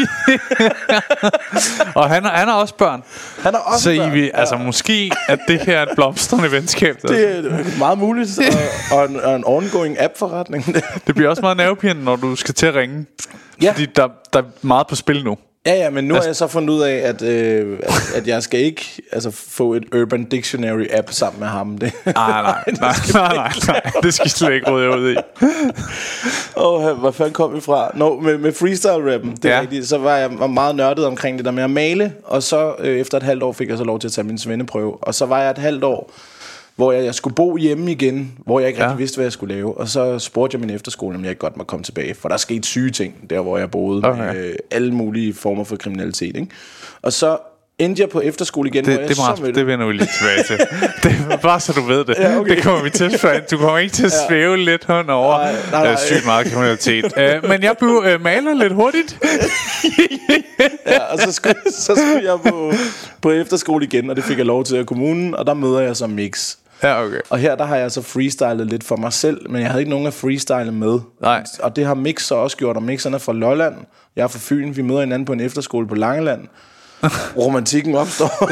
Og han har, han har også børn. Han har også så børn. Så I, altså, ja. Måske at det her er et blomstrende venskab. Der. Det er meget muligt, og, og, en, og en ongoing app-forretning. Det bliver også meget nervepirrende, når du skal til at ringe. Ja. Fordi der, der er meget på spil nu. Ja, ja, men nu altså, har jeg så fundet ud af, at, øh, at, at jeg skal ikke altså, få et Urban Dictionary app sammen med ham. Det. Ah, nej, nej, nej, nej, nej, nej, det skal slet ikke råde ud i. Åh, oh, hvor fanden kom vi fra? Nå, med, med freestyle-rappen, det er ja. rigtigt, så var jeg var meget nørdet omkring det der med at male, og så øh, efter et halvt år fik jeg så lov til at tage min svendeprøve, og så var jeg et halvt år, hvor jeg, jeg skulle bo hjemme igen, hvor jeg ikke ja. rigtig vidste, hvad jeg skulle lave. Og så spurgte jeg min efterskole, om jeg ikke godt måtte komme tilbage. For der skete syge ting, der hvor jeg boede. Okay. Med øh, alle mulige former for kriminalitet, ikke? Og så endte jeg på efterskole igen, det, hvor jeg det, så det, det vender vi lige tilbage til. Det er bare så du ved det. Ja, okay. Det kommer vi til at Du kommer ikke til at svæve ja. lidt henover. Nej, nej, nej. Der er sygt meget kriminalitet. uh, Men jeg blev uh, maler lidt hurtigt. Ja, og så skulle, så skulle jeg på, på efterskole igen, og det fik jeg lov til af kommunen. Og der møder jeg så Mix. Ja, okay. Og her der har jeg så freestylet lidt for mig selv, men jeg havde ikke nogen at freestyle med. Nej. Og det har Mix så også gjort, og Mix er fra Lolland. Jeg er fra Fyn, vi møder hinanden på en efterskole på Langeland. Romantikken opstår.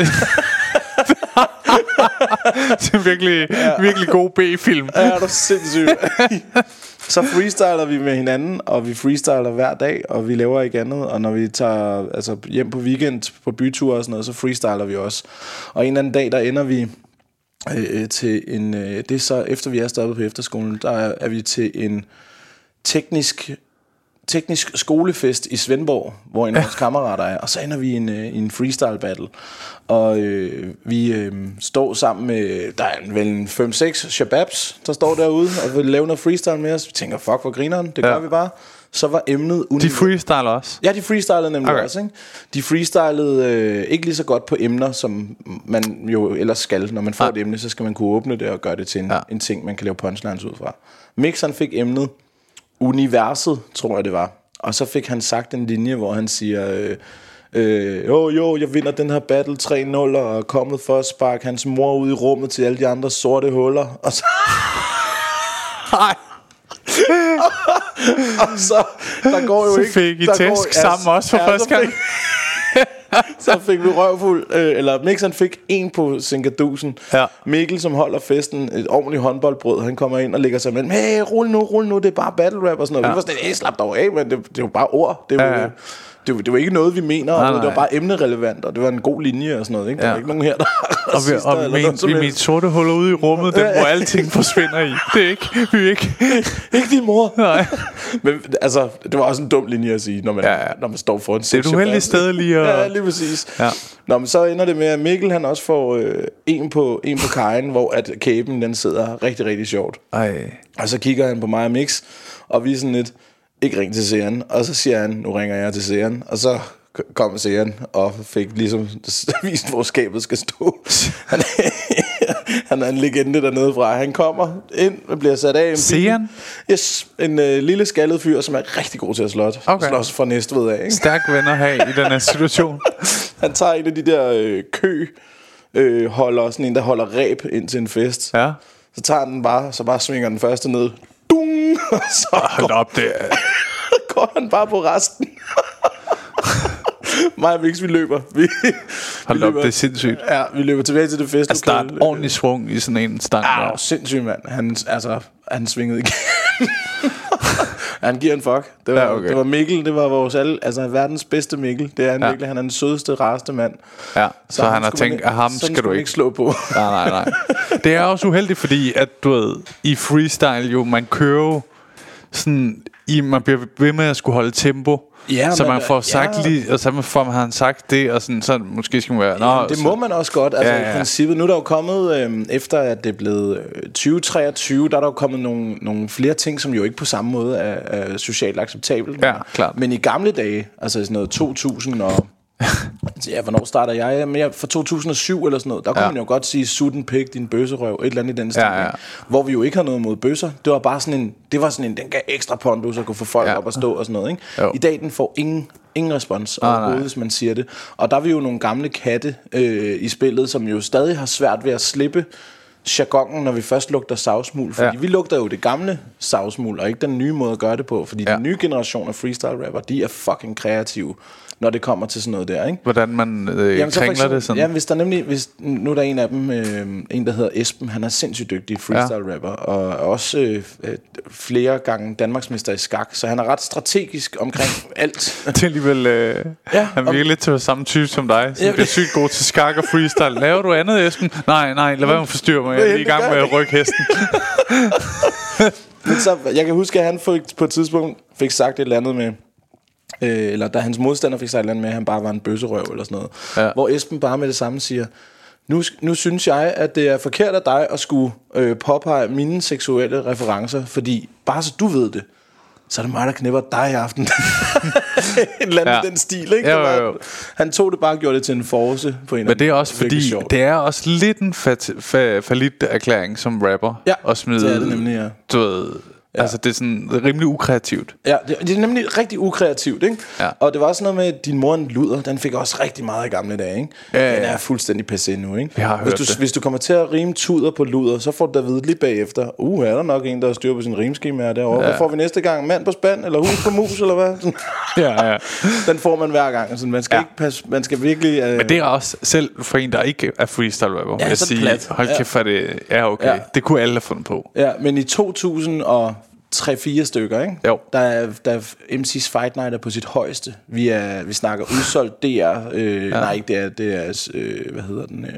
Det er virkelig, ja. virkelig god B-film. Ja, det er sindssygt. Så freestyler vi med hinanden, og vi freestyler hver dag, og vi laver ikke andet. Og når vi tager altså, hjem på weekend på byture og sådan noget, så freestyler vi også. Og en anden dag, der ender vi øh, til en... Øh, det er så, efter vi er stoppet på efterskolen, der er, er vi til en teknisk... teknisk skolefest i Svendborg, hvor en af vores kammerater er, og så ender vi i en, i en freestyle battle, og øh, vi øh, står sammen med, der er vel en fem seks shababs, der står derude og vil lave noget freestyle med os. Vi tænker, fuck, hvor grineren, det gør ja. vi bare. Så var emnet... De freestyler også? Ja, de freestylede nemlig okay. også, ikke? De freestylede øh, ikke lige så godt på emner, som man jo ellers skal. Når man får ja. et emne, så skal man kunne åbne det og gøre det til en, ja. en ting, man kan lave punchlines ud fra. Mixeren fik emnet Universet, tror jeg det var. Og så fik han sagt en linje, hvor han siger, øh, øh, jo jo, jeg vinder den her battle tre nul og er kommet for at sparke hans mor ud i rummet til alle de andre sorte huller. Og så... Nej. og så, der går jo så ikke... Så fik I tæsk går, sammen ja, også for ja, første gang. Så fik vi røvfuld øh, Eller Mixeren fik en på Sinkadusen. ja. Mikkel, som holder festen, et ordentligt håndboldbrød, han kommer ind og lægger sig mellem, hey, rull nu, rull nu, det er bare battle rap og sådan noget. ja. Vi var sådan, hey, slap dog af, men det, det er jo bare ord. Det er jo, ja, ja. Det var, det var ikke noget vi mener, nej, nej. Det var bare emnerelevant, og det var en god linje og sådan noget, ikke? Der ja. var ikke nogen her der og vi, og vi, vi mit sorte huller ude i rummet, dem hvor alting forsvinder i. Det er ikke, vi er ikke ikke din mor. Nej. Men altså, det var også en dum linje at sige, når man, ja, ja. Når man står for en det er du heldig sted lige at... Ja, lige præcis. ja. Nå, men så ender det med at Mikkel han også får øh, en på en på kajen, hvor at kæben den sidder rigtig rigtig sjovt. Ej. Og så kigger han på mig og Mix, og vi er sådan lidt, ikke ring til seeren. Og så siger han, nu ringer jeg til seeren. Og så kom seeren og fik ligesom vist, hvor skabet skal stå. Han, han er en legende dernede fra. Han kommer ind og bliver sat af. Seeren? Yes, en øh, lille skaldet fyr, som er rigtig god til at slås. Okay. Slås fra Næstved af, ikke? Stærk venner her i den her situation. Han tager en af de der øh, kø øh, holder, sådan en der holder ræb ind til en fest. Ja. Så tager den bare, så bare svinger den første ned. Dung! Og så Hold op, det er... går han bare på resten. Mig og Vix, vi løber. Vi, Hold vi op, løber, det er sindssygt. Ja, vi løber tilbage til det fest. Altså, der er et ordentligt svung i sådan en stang. Ja, sindssygt, mand. Han, altså, han svingede igen. Han giver en fuck. Det var, ja, okay. det var Mikkel, det var vores alle, altså verdens bedste Mikkel. Det er han ja. virkelig, han er den sødeste, rareste mand. Ja, så, så han har tænkt, at ham skal du ikke. ikke slå på. Nej, nej, nej. Det er også uheldigt, fordi at du ved, i freestyle jo, man kører sådan, i, man bliver ved med at skulle holde tempo. Ja, så man får ja. sagt lige, og så får man sagt det, og sådan, så måske skal man være. Nå, ja, det så, må man også godt. Altså ja, ja. i princippet, nu er der jo kommet øh, efter at det er blevet øh, tyve treogtyve, der er der jo kommet nogle, nogle flere ting, som jo ikke på samme måde er, er socialt acceptabelt. Ja, klart. Men i gamle dage, altså sådan noget to tusind og ja, hvornår starter jeg? Jamen, jeg for to tusind og syv eller sådan noget. Der kunne ja. man jo godt sige sutten pik, din bøsserøv, et eller andet i den stil. Ja, ja. Hvor vi jo ikke har noget mod bøsser. Det var bare sådan en, det var sådan en, den gav ekstra pondus at kunne få folk ja. op og stå og sådan noget, ikke? I dag den får ingen ingen respons ah, overhovedet, hvis man siger det. Og der er vi jo nogle gamle katte øh, i spillet, som jo stadig har svært ved at slippe jargonen, når vi først lugter savsmuld. Fordi ja. vi lugter jo det gamle savsmuld, og ikke den nye måde at gøre det på. Fordi ja. den nye generation af freestyle rapper, de er fucking kreative, når det kommer til sådan noget der, ikke? Hvordan man øh, jamen, kringler eksempel, det sådan? Ja, hvis der nemlig, hvis, nu er der en af dem, øh, en der hedder Esben, han er sindssygt dygtig freestyle ja. rapper, og også øh, flere gange Danmarksmester i skak, så han er ret strategisk omkring alt. Det er alligevel, øh, ja, han virker om, lidt til samme type som dig, som ja, bliver sygt god til skak og freestyle. Laver du andet, Esben? Nej, nej, lad være med at forstyrre mig, jeg er lige i gang med at rykke hesten. Men så, jeg kan huske, at han på et tidspunkt fik sagt et eller andet med, Øh, eller da hans modstander fik sagt et eller andet med, at han bare var en bøsserøv eller sådan noget, ja. hvor Esben bare med det samme siger, nu, nu synes jeg, at det er forkert af dig at skulle øh, påpege mine seksuelle referencer, fordi bare så du ved det, så er det mig, der knipper dig i aften. En eller anden ja. den stil, ikke? Jo, jo, jo. Han tog det bare og gjorde det til en force på en. Men det er også fordi, det er også lidt en fallit erklæring som rapper ja, at smide, det er det nemlig, ja. Du ved, ja. Altså det er sådan rimelig ukreativt. Ja, det, det er nemlig rigtig ukreativt, ikke? Ja. Og det var også noget med at din mor en luder, den fik også rigtig meget i gamle dage, ikke? Ja, ja. Den er fuldstændig passé nu, ikke? Jeg har hvis hørt du det. Hvis du kommer til at rime tuder på luder, så får du da vide lige bagefter, uh, er der nok en der har styr på sin rimeskemaer derovre. Ja. Hvad får vi næste gang? Mand på spand eller hus på mus eller hvad? Ja, ja. Den får man hver gang. Altså, man skal ja. ikke passe, man skal virkelig øh... Men det er også selv for en der ikke er freestyle rapper. Ja, jeg så sige, plat. Hold kæft for det. Ja, okay. Ja. Det kunne alle have fundet på. Ja, men i to tusind og tre fire stykker, ikke? Jo. Der er, der er M C's Fight Night er på sit højeste. Vi er vi snakker udsolgt D R. Øh, ja. Nej, ikke det er det er øh, hvad hedder den?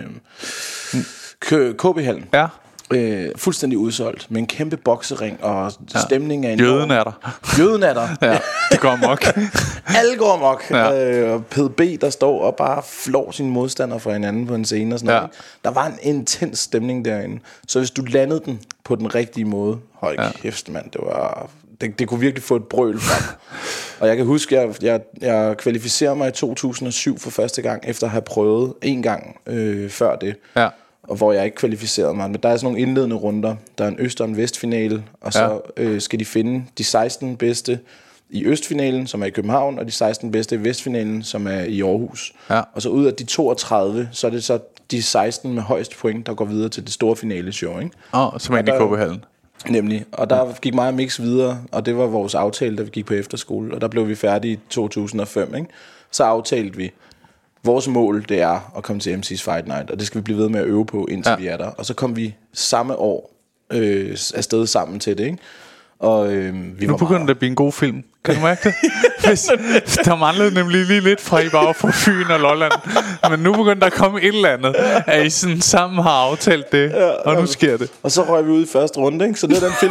Øh, K B-hallen. Ja. Øh, fuldstændig udsolgt med en kæmpe boksering og ja. stemning af en Jøden er der. Jøden er der. Ja, det går amok. Alle går amok. Ja. øh, Og P D B der står og bare flår sine modstandere fra hinanden på en scene og sådan ja. noget. Der var en intens stemning derinde. Så hvis du landede den på den rigtige måde, hold ja. kæft mand, det var det, det kunne virkelig få et brøl frem. Og jeg kan huske jeg, jeg, jeg kvalificerede mig i to tusind og syv for første gang efter at have prøvet en gang øh, før det. Ja. Og hvor jeg ikke kvalificerede mig. Men der er sådan nogle indledende runder. Der er en øst- og en vestfinale. Og så ja. øh, skal de finde de seksten bedste i østfinalen, som er i København, og de seksten bedste i vestfinalen, som er i Aarhus. Ja. Og så ud af de toogtredive, så er det så de seksten med højst point, der går videre til det store finale show, ikke? Åh, oh, som er inde i K B-hallen. Nemlig. Og der gik mig og Mix videre, og det var vores aftale, da vi gik på efterskole. Og der blev vi færdige i to tusind og fem, ikke? Så aftalte vi, vores mål, det er at komme til M C's Fight Night, og det skal vi blive ved med at øve på, indtil ja. vi er der. Og så kom vi samme år øh, afsted sammen til det, ikke? Og øh, vi nu var begynder meget... det at blive en god film. Kan du mærke det? Hvis, der manglede nemlig lige lidt fra I bare fra Fyn og Lolland. Men nu begynder der at komme et eller andet, at I sådan sammen har aftalt det. Ja, og nu sker det. Og så røg vi ud i første runde, ikke? Så det er den film.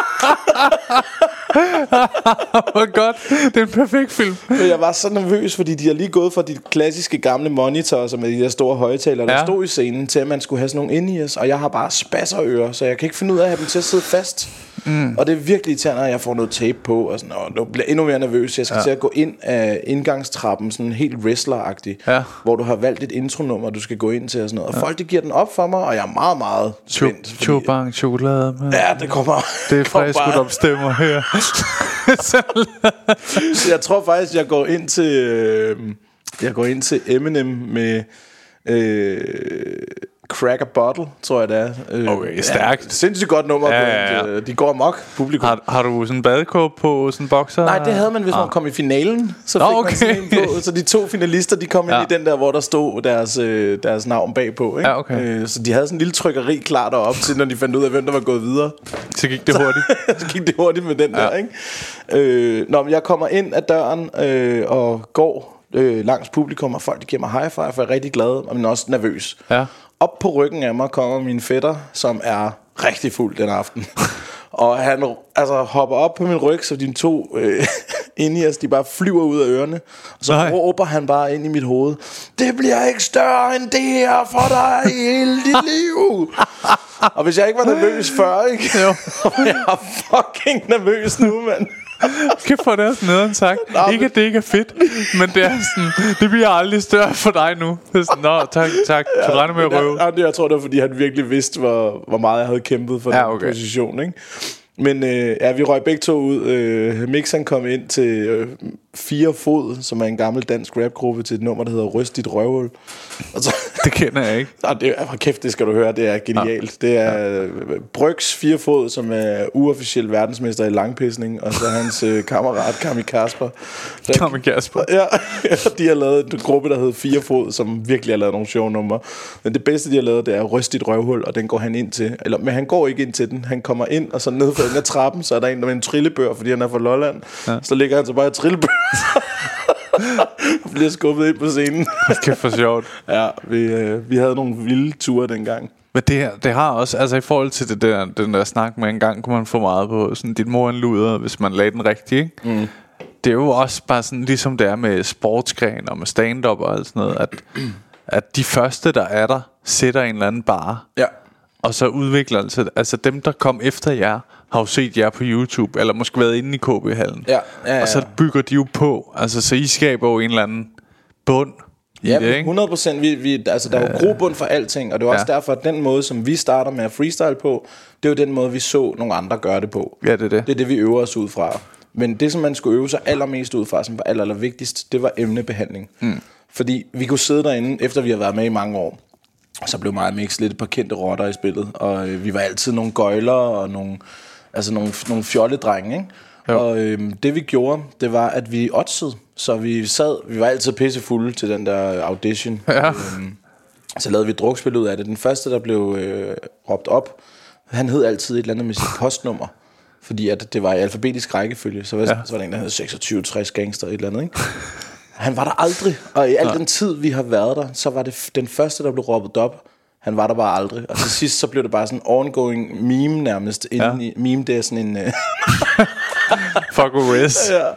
Hvor godt. Det er en perfekt film. Men jeg var så nervøs, fordi de har lige gået fra de klassiske gamle monitorer, som er de der store højtalere, der ja. stod i scenen, til at man skulle have sådan nogle ind i os. Og jeg har bare spasserører, så jeg kan ikke finde ud af at have dem til at sidde fast. mm. Og det er virkelig irriterende, at jeg får noget tape på, og sådan, og nu bliver jeg endnu mere nervøs. Jeg skal ja. til at gå ind af indgangstrappen, sådan helt wrestler-agtig, ja. hvor du har valgt et intronummer, du skal gå ind til og sådan noget. Og ja. folk, de giver den op for mig, og jeg er meget, meget spændt. Chobang chokolade. Man. Ja, det kommer. Det er frisk, du bestemmer her. Så jeg tror faktisk, jeg går ind til, øh, jeg går ind til Eminem med... Øh, Crack a Bottle, tror jeg det er. Okay, stærkt. Ja, sindssygt godt nummer. Ja, ja, ja. De går amok, publikum. Har, har du sådan en badekåb på, sådan en bokser? Nej, det havde man, hvis ah. man kom i finalen. Så fik Nå, okay. man sådan en på. Så de to finalister, de kom ja. ind i den der, hvor der stod deres, deres navn bagpå. Ikke? Ja, okay. Så de havde sådan en lille trykkeri klar deroppe til, når de fandt ud af, hvem der var gået videre. Så gik det hurtigt. Så gik det hurtigt med den ja. der, ikke? Øh, når jeg kommer ind ad døren øh, og går øh, langs publikum, og folk de giver mig high five, for jeg er rigtig glad, men også nervøs. Ja. Op på ryggen af mig kommer min fætter, som er rigtig fuld den aften. Og han altså, hopper op på min ryg, så de to øh, inde i os, de bare flyver ud af ørerne. Og så Nej. råber han bare ind i mit hoved: det bliver ikke større end det her for dig i hele dit liv. Og hvis jeg ikke var nervøs før, ikke? Jo. Jeg er fucking nervøs nu, mand. Skal få det også nederen sagt. Nå, ikke at det ikke er fedt, men det er sådan, det bliver aldrig større for dig nu. Det er sådan, nå, tak, tak. Du regner med at røve. Ja, jeg tror det var fordi han virkelig vidste hvor, hvor meget jeg havde kæmpet for ja, den okay. position, ikke? Men øh, ja, vi røg begge to ud. øh, Mix han kom ind til øh, Fire Fod, som er en gammel dansk rapgruppe, til et nummer der hedder Ryst dit røvhul. Og så, det kender jeg ikke. Nej, det er, kæft, det skal du høre. Det er genialt. ja. Det er ja. Bryggs Fire Fod, som er uofficiel verdensmester i langpisning. Og så hans øh, kammerat Kami Kasper. Kami Kasper. Ja, de har lavet en gruppe der hedder Fire Fod, som virkelig har lavet nogle sjove numre. Men det bedste de har lavet, det er Ryst dit røvhul, og den går han ind til. Eller, men han går ikke ind til den. Han kommer ind, og så ned for den af trappen, så er der en der med en trillebør, fordi han er fra Lolland. Ja. Så ligger han så bare i trillebør og bliver skubbet ind på scenen. Det er for sjovt. Ja, vi, øh, vi havde nogle vilde ture dengang. Men det, det har også, altså i forhold til det der, den der snak med, en gang kunne man få meget på sådan, dit mor en luder, hvis man lagde den rigtigt, ikke? Mm. Det er jo også bare sådan, ligesom det er med sportsgren og med stand-up og alt sådan noget, at, at de første der er der sætter en eller anden bare. Ja. Og så udvikler altså, altså dem der kom efter jer har jo set jer på YouTube, eller måske været inde i K B-hallen. Ja, ja, ja. Og så bygger de jo på, altså så I skaber jo en eller anden bund i ja, det, ikke? hundrede procent. Vi, vi, altså der er jo grobund for alting, og det er også ja. derfor, at den måde, som vi starter med at freestyle på, det er jo den måde, vi så nogle andre gøre det på. Ja, det er det. Det er det, vi øver os ud fra. Men det, som man skulle øve sig allermest ud fra, som var aller, aller vigtigst, det var emnebehandling. Mm. Fordi vi kunne sidde derinde, efter vi har været med i mange år, og så blev mig og Mix lidt et par kendte rotter i spillet, og øh, vi var altid nogle gøjler og nogle, altså nogle, nogle fjolledrenge, ikke? Jo. Og øh, det vi gjorde, det var, at vi oddsede. Så vi sad, vi var altid pissefulde til den der audition. Ja. Øhm, så lavede vi et drukspil ud af det. Den første, der blev øh, råbt op, han hed altid et eller andet med sit postnummer. Fordi at det var i alfabetisk rækkefølge. Så var, ja. så var der en, der hed seksogtyve tres gangster, et eller andet, ikke? Han var der aldrig. Og i al den tid, vi har været der, så var det den første, der blev råbt op. Han var der bare aldrig. Og til sidst, så blev det bare sådan en ongoing meme nærmest. Ja. I, meme, det er sådan en... Uh... Fuck a risk. Ja.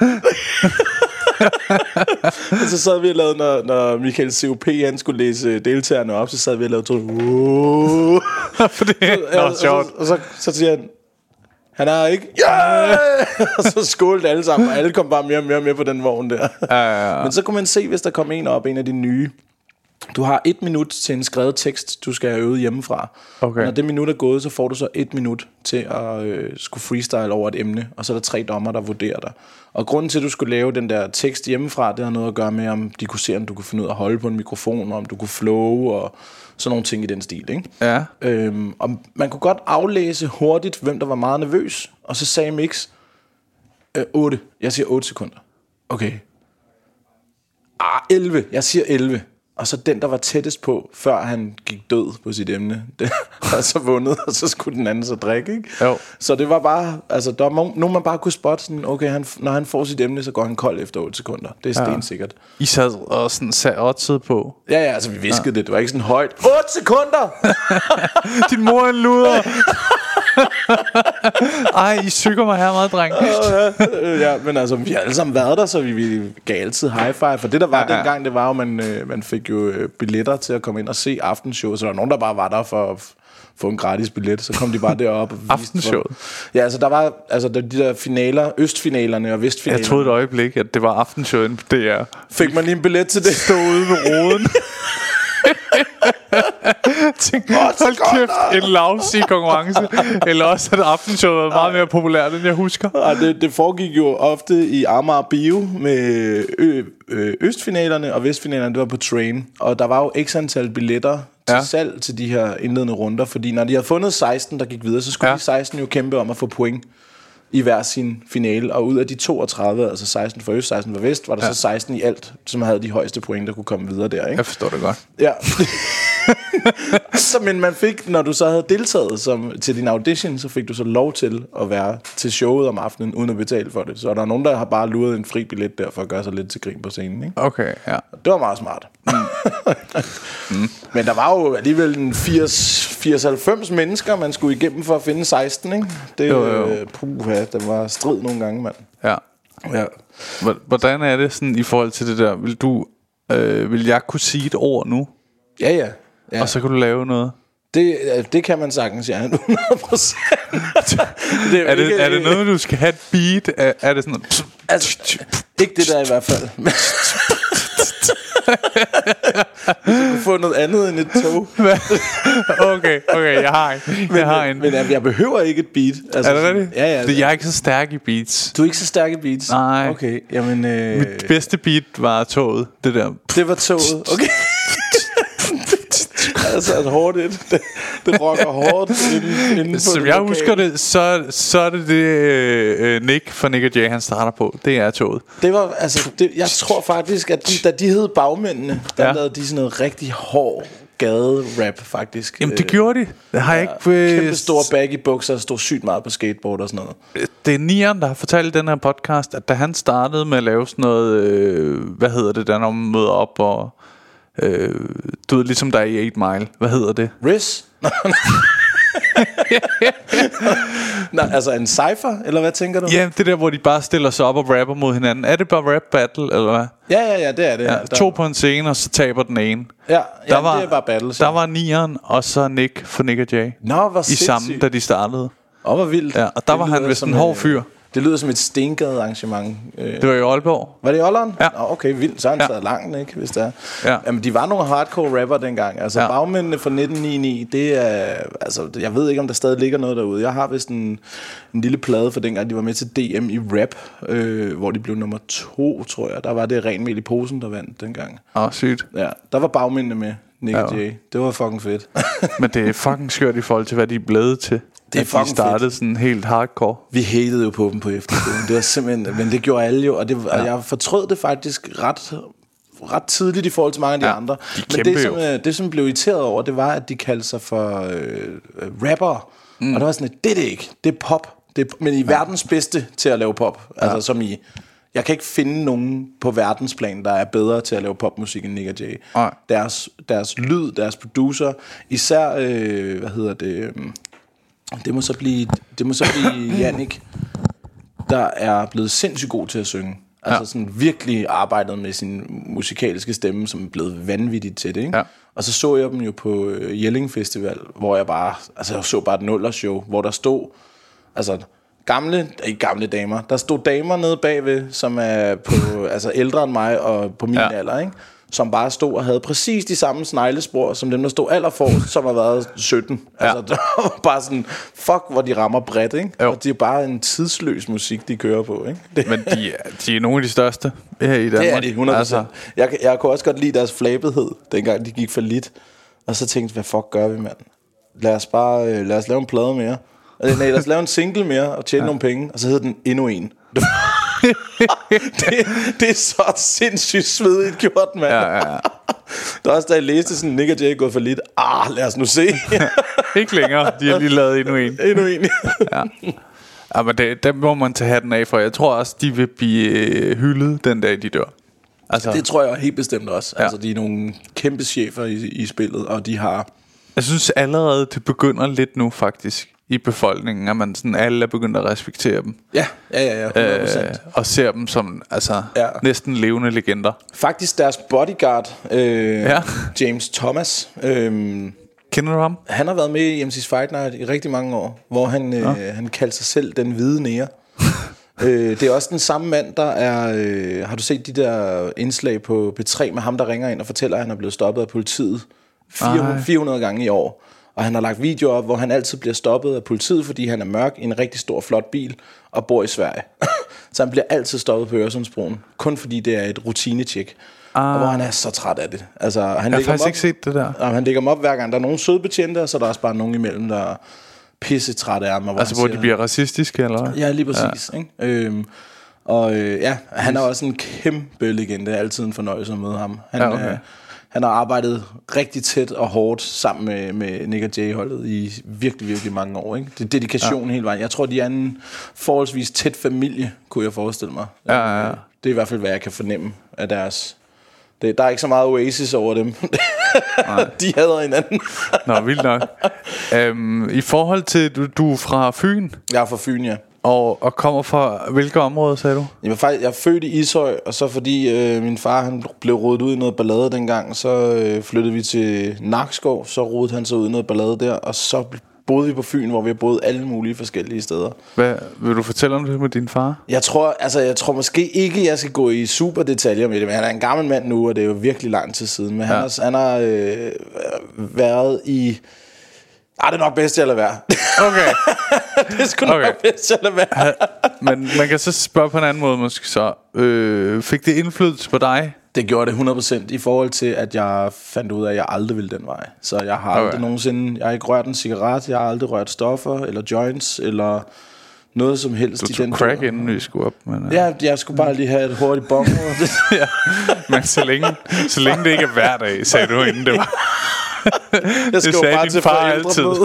Og så sad vi og lavede, når, når Michael C O P han skulle læse deltagerne op, så sad vi og lavede to. For det er og, sjovt. Og, så, og så, så siger han, han er ikke. Yeah! Og så skålte alle sammen, og alle kom bare mere og mere og mere på den vogn der. Ja, ja, ja. Men så kunne man se, hvis der kom en op, en af de nye. Du har et minut til en skrevet tekst, du skal have øvet hjemmefra. Okay. Når det minut er gået, så får du så et minut til at øh, skulle freestyle over et emne. Og så er der tre dommer, der vurderer dig. Og grunden til, at du skulle lave den der tekst hjemmefra, det har noget at gøre med, om de kunne se, om du kunne finde ud af at holde på en mikrofon, og om du kunne flow og sådan nogle ting i den stil, ikke? Ja. Øhm, og man kunne godt aflæse hurtigt, hvem der var meget nervøs. Og så sagde Mix øh, otte. Jeg siger otte sekunder. Okay. Ah, elleve. Jeg siger elleve. Og så den, der var tættest på, før han gik død på sit emne, det har så vundet, og så skulle den anden så drikke, ikke? Jo. Så det var bare, altså der var nogen, man bare kunne spotte sådan, okay, han, når han får sit emne, så går han kold efter otte sekunder. Det er stensikkert. I sad og sådan sat oddset på? Ja, ja, altså vi viskede ja. det, det var ikke sådan højt. otte sekunder! Din mor er en luder! Ej, I syger mig her meget, dreng. Ja, men altså, vi har alle sammen været der, så vi, vi gav altid high five. For det der var ja, ja. dengang, det var jo, man, man fik jo billetter til at komme ind og se aftenshow. Så der var nogen, der bare var der for, få en gratis billet. Så kom de bare derop og viste Aftenshowet. Ja, altså der var altså de der finaler, østfinalerne og vestfinalerne. Jeg troede et øjeblik, at det var aftenshowet på D R. Fik man lige en billet til det? Stod ude ved roden. Tænk, hold kæft, en lavsig konkurrence. Eller også at aftenshowet var meget mere populært, end jeg husker. Og det, det foregik jo ofte i Amager Bio med ø, ø, østfinalerne og vestfinalerne. Det var på Train. Og der var jo x antal billetter til ja. salg til de her indledende runder. Fordi når de havde fundet seksten, der gik videre, så skulle ja. de seksten jo kæmpe om at få point i hver sin finale. Og ud af de toogtredive, altså seksten for øst, seksten for vest, var der ja. så seksten i alt, som havde de højeste point, der kunne komme videre der, ikke? Jeg forstår det godt. Ja. Så, men man fik, når du så havde deltaget som, til din audition, så fik du så lov til at være til showet om aftenen, uden at betale for det. Så der er nogen, der har bare luret en fri billet der, for at gøre sig lidt til grin på scenen, ikke? Okay, ja. Det var meget smart. Mm. mm. Men der var jo alligevel en firs til halvfems mennesker, man skulle igennem for at finde seksten, ikke? Det jo, jo. Puha, der var strid nogle gange, mand. Ja. Ja. Hvordan er det sådan i forhold til det der? Vil du, øh, vil jeg kunne sige et ord nu? Ja, ja. Ja. Og så kan du lave noget. Det, det kan man sagtens, ja, hundrede procent. det er, er, det, ikke, er det noget, du skal have et beat? Er, er det sådan noget? Altså, ikke det der i hvert fald. Du kunne få noget andet end et tog. Okay, okay, jeg har en. Men, jeg, har en. men jeg behøver ikke et beat. Altså, er det rigtigt? Ja, ja. Det, jeg er ikke så stærk i beats. Du er ikke så stærk i beats? Nej. Okay, jamen... Øh... Mit bedste beat var toget, det der. Det var toget, okay. Altså et hårdt et. Det, det rocker hårdt inden, inden Som jeg lokale. Husker det, så, så er det det uh, Nick fra Nick og Jay, han starter på. Det er toget. Det var, altså, det, jeg tror faktisk, at de, da de hed Bagmændene, der ja. lavede de sådan noget rigtig hård gade-rap, faktisk. Jamen det gjorde de. Det har ja, jeg ikke... Kæmpe store baggy bukser, der stod sygt meget på skateboard og sådan noget. Det er Nian, der har fortalt i den her podcast, at da han startede med at lave sådan noget, øh, hvad hedder det, der når man møder op og... Øh, du ved, ligesom der er i eight Mile. Hvad hedder det? Riz? Nej, altså en cypher, eller hvad tænker du? Ja, det der, hvor de bare stiller sig op og rapper mod hinanden. Er det bare rap battle, eller hvad? Ja, ja, ja, det er det. Ja, to på en scene, og så taber den ene. Ja, der ja var, det er bare battle. Så. Der var Nieren, og så Nick for Nick og Jay. Nå, hvor i sammen, da de startede. Åh, hvor vildt. Ja, og der det var han vist en hård fyr. Det lyder som et stengade arrangement. Det var i Aalborg. Var det i Aalborg? Ja. Nå, okay, vildt. Så har han ja. taget langt, ikke, hvis det er. Ja. Jamen, de var nogle hardcore rapper dengang. Altså, ja. Bagmændene fra nitten niogtyve, det er... Altså, jeg ved ikke, om der stadig ligger noget derude. Jeg har vist en, en lille plade for dengang, de var med til D M i rap, øh, hvor de blev nummer to, tror jeg. Der var det Ren Mel i posen, der vandt dengang. Åh, oh, sygt. Ja, der var Bagmændene med, Nick ja. og Jay. Det var fucking fedt. Men det er fucking skørt i forhold til, hvad de er blevet til. Det er fucking de startede fedt. Sådan helt hardcore. Vi hatede jo på dem på efterskolen. Det var simpelthen, men det gjorde alle jo, og, det, og ja. jeg fortrød det faktisk ret ret tidligt i forhold til mange af de ja, andre. De men det som, det som blev irriteret over, det var at de kaldte sig for øh, rappere. Mm. Og det var sådan, at det er det ikke. Det er pop. Det er, men i ja. verdens bedste til at lave pop. Ja. Altså som i jeg kan ikke finde nogen på verdensplan, der er bedre til at lave popmusik end Nick og Jay. Ja. Deres deres lyd, deres producer, især øh, hvad hedder det? Øh, Det må så blive Det må så blive Jannik, der er blevet sindssygt god til at synge. Altså ja. sådan virkelig arbejdet med sin musikalske stemme, som er blevet vanvittigt til det, ikke? Ja. Og så så jeg dem jo på Jelling Festival, hvor jeg bare altså jeg så bare et nullershow, hvor der stod altså gamle ikke gamle damer, der stod damer nede bagved, som er på altså ældre end mig og på min ja. alder, ikke? Som bare stod og havde præcis de samme sneglespor som dem der stod allerforrest, som har været sytten. Ja. Altså det var bare sådan fuck hvor de rammer bredt, ikke? Jo. Og det er bare en tidsløs musik de kører på, ikke? Det. Men de, de er nogle af de største her i Danmark. Det er de hundrede procent. Altså. Jeg, jeg kunne også godt lide deres flabethed, dengang de gik for lidt. Og så tænkte jeg, hvad fuck gør vi, mand? Lad os bare øh, lad os lave en plade mere. Nej, lad os lave en single mere og tjene ja. nogle penge. Og så hedder den endnu en. det, det er så sindssygt svedigt gjort, mand. Ja, ja, ja. Der er også da jeg læste sådan Nick og Jay gået for lidt. Ah, lad os nu se. Ikke længere. De har lige lavet endnu en. Endnu en. Ja. Ja, men det, dem må man tage hatten af for. Jeg tror også de vil blive hyldet den dag de dør. Altså, det tror jeg helt bestemt også. Ja. Altså de er nogle kæmpe chefer i, i spillet, og de har. Jeg synes allerede det begynder lidt nu faktisk i befolkningen, at man sådan alle er begyndt at respektere dem. Ja, ja, ja, ja hundrede procent. Øh, og ser dem som altså ja. næsten levende legender. Faktisk deres bodyguard, øh, ja. James Thomas, øh, Kender du ham? Han har været med i M C's Fight Night i rigtig mange år, hvor han, ja. øh, han kaldte sig selv den hvide nære. øh, Det er også den samme mand, der er... Øh, har du set de der indslag på P tre med ham, der ringer ind og fortæller, at han er blevet stoppet af politiet fire hundrede gange i år? Og han har lagt videoer op, hvor han altid bliver stoppet af politiet, fordi han er mørk i en rigtig stor, flot bil og bor i Sverige. Så han bliver altid stoppet på Øresundsbroen, kun fordi det er et rutinecheck. Ah. Og hvor han er så træt af det. Altså, han jeg har faktisk op, ikke set det der. Og han lægger dem op hver gang. Der er nogle søde betjente, og så er der også bare nogen imellem, der er pisse træt af ham. Og hvor altså hvor siger, de bliver racistiske, eller hvad? Ja, lige præcis. Ja. Ikke? Øhm, og øh, ja, han er også en kæmpe legende. Det er altid en fornøjelse at møde ham. Han, ja, okay. øh, han har arbejdet rigtig tæt og hårdt sammen med, med Nick og Jay-holdet i virkelig, virkelig mange år. Ikke? Det er dedikation ja. hele vejen. Jeg tror, de er en forholdsvis tæt familie, kunne jeg forestille mig. Ja, ja, ja. Det er i hvert fald, hvad jeg kan fornemme af deres... Det, der er ikke så meget Oasis over dem. De hader hinanden. Nå, vildt nok. øhm, I forhold til, du, du er fra Fyn? Jeg er fra Fyn, ja. Og, og kommer fra hvilke områder, sagde du? Jamen, faktisk, jeg er født i Ishøj, og så fordi øh, min far han blev rodet ud i noget ballade dengang, så øh, flyttede vi til Nakskov, så rodede han sig ud i noget ballade der, og så boede vi på Fyn, hvor vi har boet alle mulige forskellige steder. Hvad vil du fortælle om det med din far? Jeg tror, altså, jeg tror måske ikke, jeg skal gå i super detaljer med det, men han er en gammel mand nu, og det er jo virkelig lang tid siden. Men ja. han har, han har øh, været i... Ah, det er nok bedst til at lade være. Okay. Det er sgu okay. nok bedst til at lade være. Men man kan så spørge på en anden måde måske så. Øh, fik det indflydelse på dig? Det gjorde det hundrede procent i forhold til, at jeg fandt ud af, at jeg aldrig ville den vej. Så jeg har aldrig okay. nogensinde... Jeg har ikke rørt en cigaret, jeg har aldrig rørt stoffer, eller joints, eller noget som helst. Du tog i crack, inden vi skulle op. Men, uh... Ja, jeg skulle bare lige have et hurtigt bong. Ja, men så længe, så længe det ikke er hver dag, sagde du inden det var... Jeg skal jo bare til forældremøde.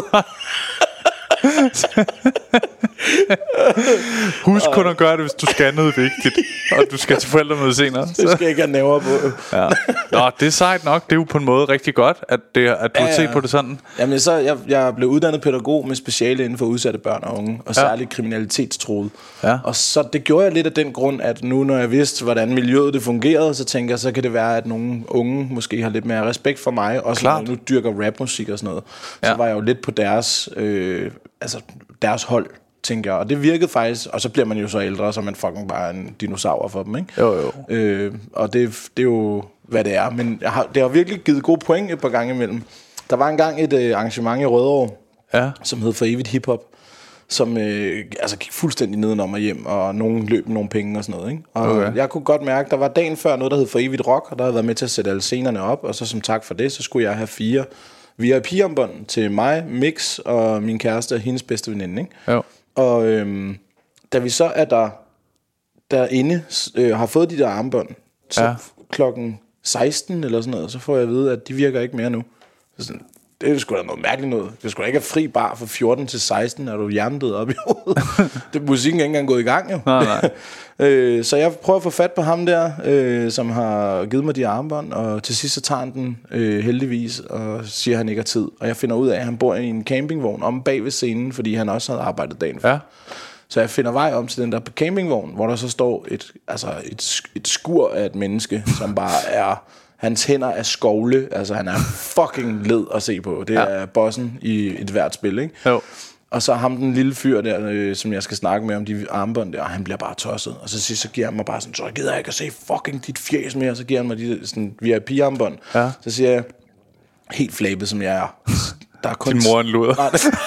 Husk kun at gøre det, hvis du skal noget vigtigt, og du skal til forældremøde senere. Det skal jeg ikke have nævre på. Ja. Nå, det er sejt nok. Det er jo på en måde rigtig godt, at, det, at du ja, ja. har set på det sådan. Jamen, så, jeg, jeg blev uddannet pædagog med speciale inden for udsatte børn og unge, og særligt ja. kriminalitetstruede. Ja. Og så det gjorde jeg lidt af den grund, at nu når jeg vidste, hvordan miljøet det fungerede, så tænker jeg, så kan det være, at nogle unge måske har lidt mere respekt for mig, også Klart. når jeg nu dyrker rapmusik og sådan noget. Så ja. var jeg jo lidt på deres, øh, altså deres hold, tænker jeg. Og det virkede faktisk, og så bliver man jo så ældre, så man fucking bare en dinosaur for dem, ikke? Jo, jo. Øh, og det, det er jo, hvad det er. Men jeg har, det har virkelig givet gode point et par gange imellem. Der var engang et øh, arrangement i Rødovre, ja. som hed For Evigt Hiphop, som øh, altså gik fuldstændig nedenom og hjem, og nogen løb nogle penge og sådan noget, ikke? Og okay. jeg kunne godt mærke, der var dagen før noget, der hed For Evigt Rock, og der havde været med til at sætte alle scenerne op, og så som tak for det, så skulle jeg have fire V I P-armbånd til mig, Mix og min kæreste og hendes bedste veninde, ikke? Jo. Og øhm, da vi så er der derinde øh, har fået de der armbånd, så ja. klokken seksten eller sådan noget, så får jeg at vide, at de virker ikke mere nu. Så sådan, det er sgu da noget mærkeligt noget. Det skulle da ikke have fri bar fra fjorten til seksten, er du hjernedød op i hovedet. Det musikken ikke engang gået i gang, jo. Nej, nej. øh, så jeg prøver at få fat på ham der, øh, som har givet mig de armbånd, og til sidst så tager han den øh, heldigvis, og siger, at han ikke har tid. Og jeg finder ud af, at han bor i en campingvogn om bag ved scenen, fordi han også havde arbejdet dagen før. Ja. Så jeg finder vej om til den der campingvogn, hvor der så står et, altså et, et skur af et menneske, som bare er... Hans hænder er skovle, altså han er fucking led at se på. Det ja. er bossen i et hvert spil, ikke? Jo. Og så ham den lille fyr der, øh, som jeg skal snakke med om de armbånd der, og han bliver bare tosset. Og så sidst så giver han mig bare sådan, så gider jeg ikke at se fucking dit fjæs mere. Så giver han mig de sådan V I P-armbånd. Ja. Så siger jeg, helt flabet som jeg er. Der er kun din mor en luder.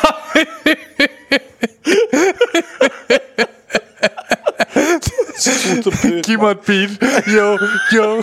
Giv mig et beat. Jo, jo.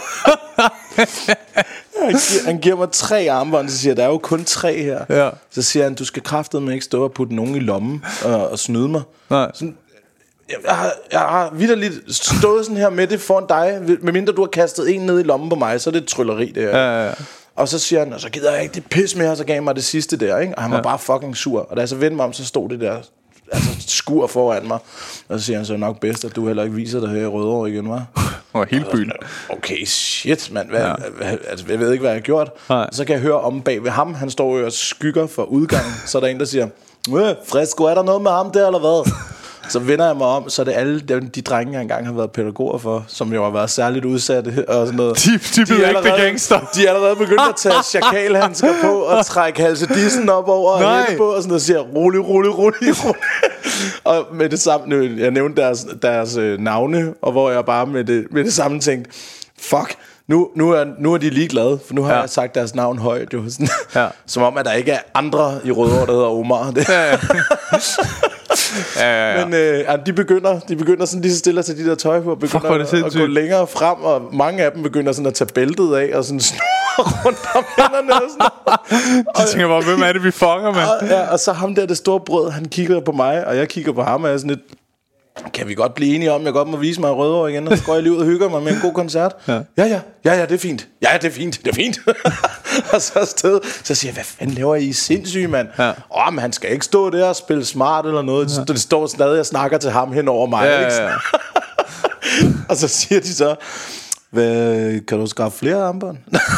han, giver, han giver mig tre armbånd. Så siger jeg, der er jo kun tre her. Ja. Så siger han, du skal kraftedeme ikke stå og putte nogen i lommen og, og snyde mig. Nej. Sådan, jeg, jeg har, jeg har vitterligt stået sådan her med det foran dig. Medmindre du har kastet en ned i lommen på mig, så er det et trylleri det her. Ja, ja, ja. Og så siger han, og så gider jeg ikke det pis mere. Og så gav han mig det sidste der, ikke? Og han var ja. bare fucking sur. Og da jeg så vendte mig om, så stod det der altså skur foran mig. Og så siger han så nok bedst, at du heller ikke viser dig her i Rødovre igen, hva'? Og hele byen. Okay, shit, mand. Hvad, ja. hvad, altså, jeg ved ikke, hvad jeg har gjort. Nej. Så kan jeg høre om bag ved ham. Han står jo og skygger for udgangen. Så er der en, der siger, Fresco, er der noget med ham der, eller hvad? Så vender jeg mig om, så er det alle de, de drenge, jeg engang har været pædagoger for, som jo har været særligt udsatte og sådan noget. De, de, de er allerede gangster. De er allerede begyndt at tage sjakalhandsker på og trække halsedissen op over og hætte på og sådan noget, og siger rolig, rolig, rolig, rolig. Og med det samme, jeg nævnte deres, deres øh, navne, og hvor jeg bare med det, med det samme tænkte, fuck, nu, nu, er, nu er de ligeglade, for nu har ja. jeg sagt deres navn højt, jo. Sådan, ja. Som om, at der ikke er andre i Rødovre, der hedder Omar. Det. Ja, ja. ja, ja, ja. Men øh, ja, de begynder, de begynder sådan lige så stille at tage de der tøj på, og begynder Fuck, at, at gå længere frem, og mange af dem begynder sådan at tage bæltet af, og sådan snurre rundt om hænderne. Og sådan. De tænker bare, hvem er det, vi fanger, mand? Og, ja, og så ham der, det store brød, han kigger på mig, og jeg kigger på ham, og jeg er sådan lidt, kan vi godt blive enige om, jeg godt må vise mig i Rødovre igen, og så går jeg lige ud og hygger mig med en god koncert. Ja, ja, ja, ja, ja det er fint. Ja, det er fint, det er fint. Og så afsted, så siger jeg, hvad fanden laver I sindssyge, mand? Åh, ja. oh, men han skal ikke stå der og spille smart eller noget. Ja. Det står stadig og snakker til ham hen over mig. Ja, ikke? Ja, ja. Og så siger de så, hvad, kan du skaffe flere armbånd?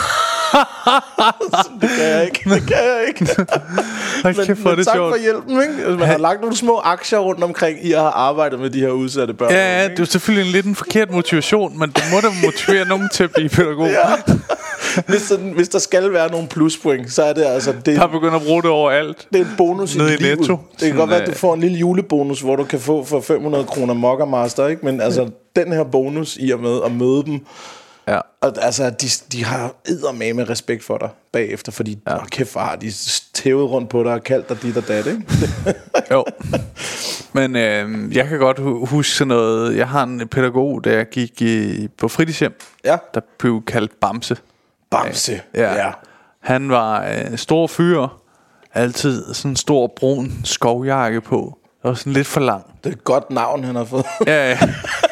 Det kan jeg ikke. Det kan jeg ikke. men, men det tak sjovt. for hjælpen, ikke? Man har lagt nogle små aktier rundt omkring i at have arbejdet med de her udsatte børn. Ja, ja, det er jo selvfølgelig en lidt en forkert motivation, men det må da motivere nogen til at blive pædagog. Ja. Hvis, der, hvis der skal være nogle pluspoint, så er det altså det, der begynder at bruge det overalt. Det er en bonus i livet. Det kan sådan, godt være, at du får en lille julebonus, hvor du kan få for fem hundrede kroner Mokka Master, ikke? Men altså den her bonus i og med at møde dem. Ja. Og altså de, de har eddermame med respekt for dig bagefter, fordi ja. åh, kæft, har de tævet rundt på dig og kaldt dig dit og dat, ikke? Jo. Men øh, jeg kan godt huske sådan noget. Jeg har en pædagog, der jeg gik i, på fritidshjem, ja. Der blev kaldt Bamse. Bamse, ja, ja. Han var en øh, stor fyr, altid sådan en stor brun skovjakke på. Det var sådan lidt for lang. Det er et godt navn, han har fået. Ja, ja.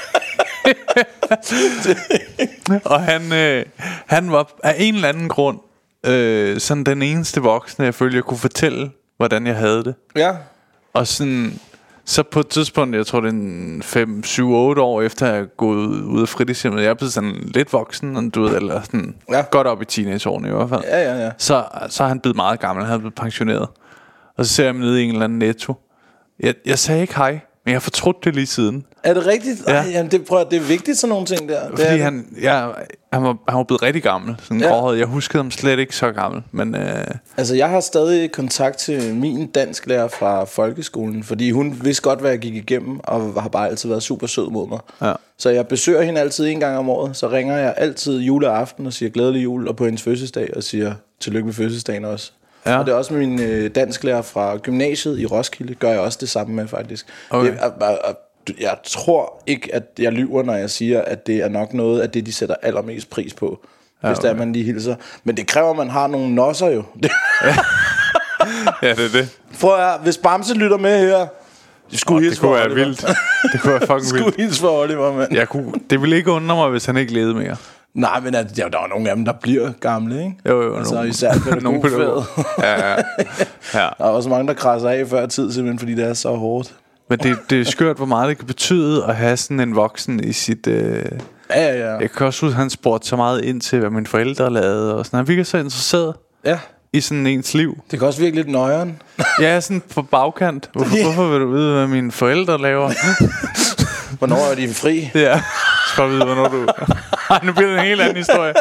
Og han øh, han var af en eller anden grund øh, sådan den eneste voksne jeg følte jeg kunne fortælle hvordan jeg havde det. Ja. Og sådan så på et tidspunkt, jeg tror det er fem, syv, otte år efter jeg er gået ud af fritidshjemmet, jeg er blevet sådan lidt voksen, du ved, eller sådan ja. Godt op i teenageårene i hvert fald. Ja, ja, ja. Så, så er han blevet meget gammel, han er blevet pensioneret. Og så ser jeg ham nede i en eller anden Netto. Jeg, jeg sagde ikke hej, men jeg fortrudt det lige siden. Er det rigtigt? Ja. Ej, jamen det, prøv, det er vigtigt sådan nogle ting der. Fordi det han, ja, han, var, han var blevet rigtig gammel. Sådan ja. Gråhåret. Jeg huskede ham slet ikke så gammel. Men, øh... altså jeg har stadig kontakt til min dansklærer fra folkeskolen, fordi hun vidste godt hvad jeg gik igennem, og har bare altid været super sød mod mig. Ja. Så jeg besøger hende altid en gang om året. Så ringer jeg altid juleaften og siger glædelig jul, og på hendes fødselsdag og siger tillykke med fødselsdagen også. Ja. Og det er også min øh, dansklærer fra gymnasiet i Roskilde, gør jeg også det samme med faktisk. Okay. Det, og, og, og, jeg tror ikke at jeg lyver når jeg siger at det er nok noget af det de sætter allermest pris på, ja, hvis okay. der man lige hilser. Men det kræver at man har nogle nosser jo. Ja. Ja, det er det. Prøv at, hvis Bamse lytter med her, det skulle oh, hilse for Oliver. Det kunne være vildt. Det kunne være fucking vildt. Skulle hilse for Oliver, mand. Jeg kunne, det ville ikke undre mig hvis han ikke levede mere. Nej, men at, ja, der er nogle af dem der bliver gamle, ikke? Jo, jo, altså nogle, især pædagogfaget. Ja, ja. Ja. Der er også mange der krasser af før tid, simpelthen fordi det er så hårdt. Men det, det er skørt hvor meget det kan betyde at have sådan en voksen i sit øh... ja, ja, ja. Jeg kan også huske han spurgte så meget ind til hvad mine forældre lavede og sådan. Han virkede så interesseret. Ja. I sådan ens liv. Det kan også virke lidt nøjeren. Ja, sådan på bagkant. Hvorfor, yeah. hvorfor vil du vide hvad mine forældre laver? Hvornår er de fri? Ja. Skal vide hvornår du. Ej, nu bliver det en helt anden historie.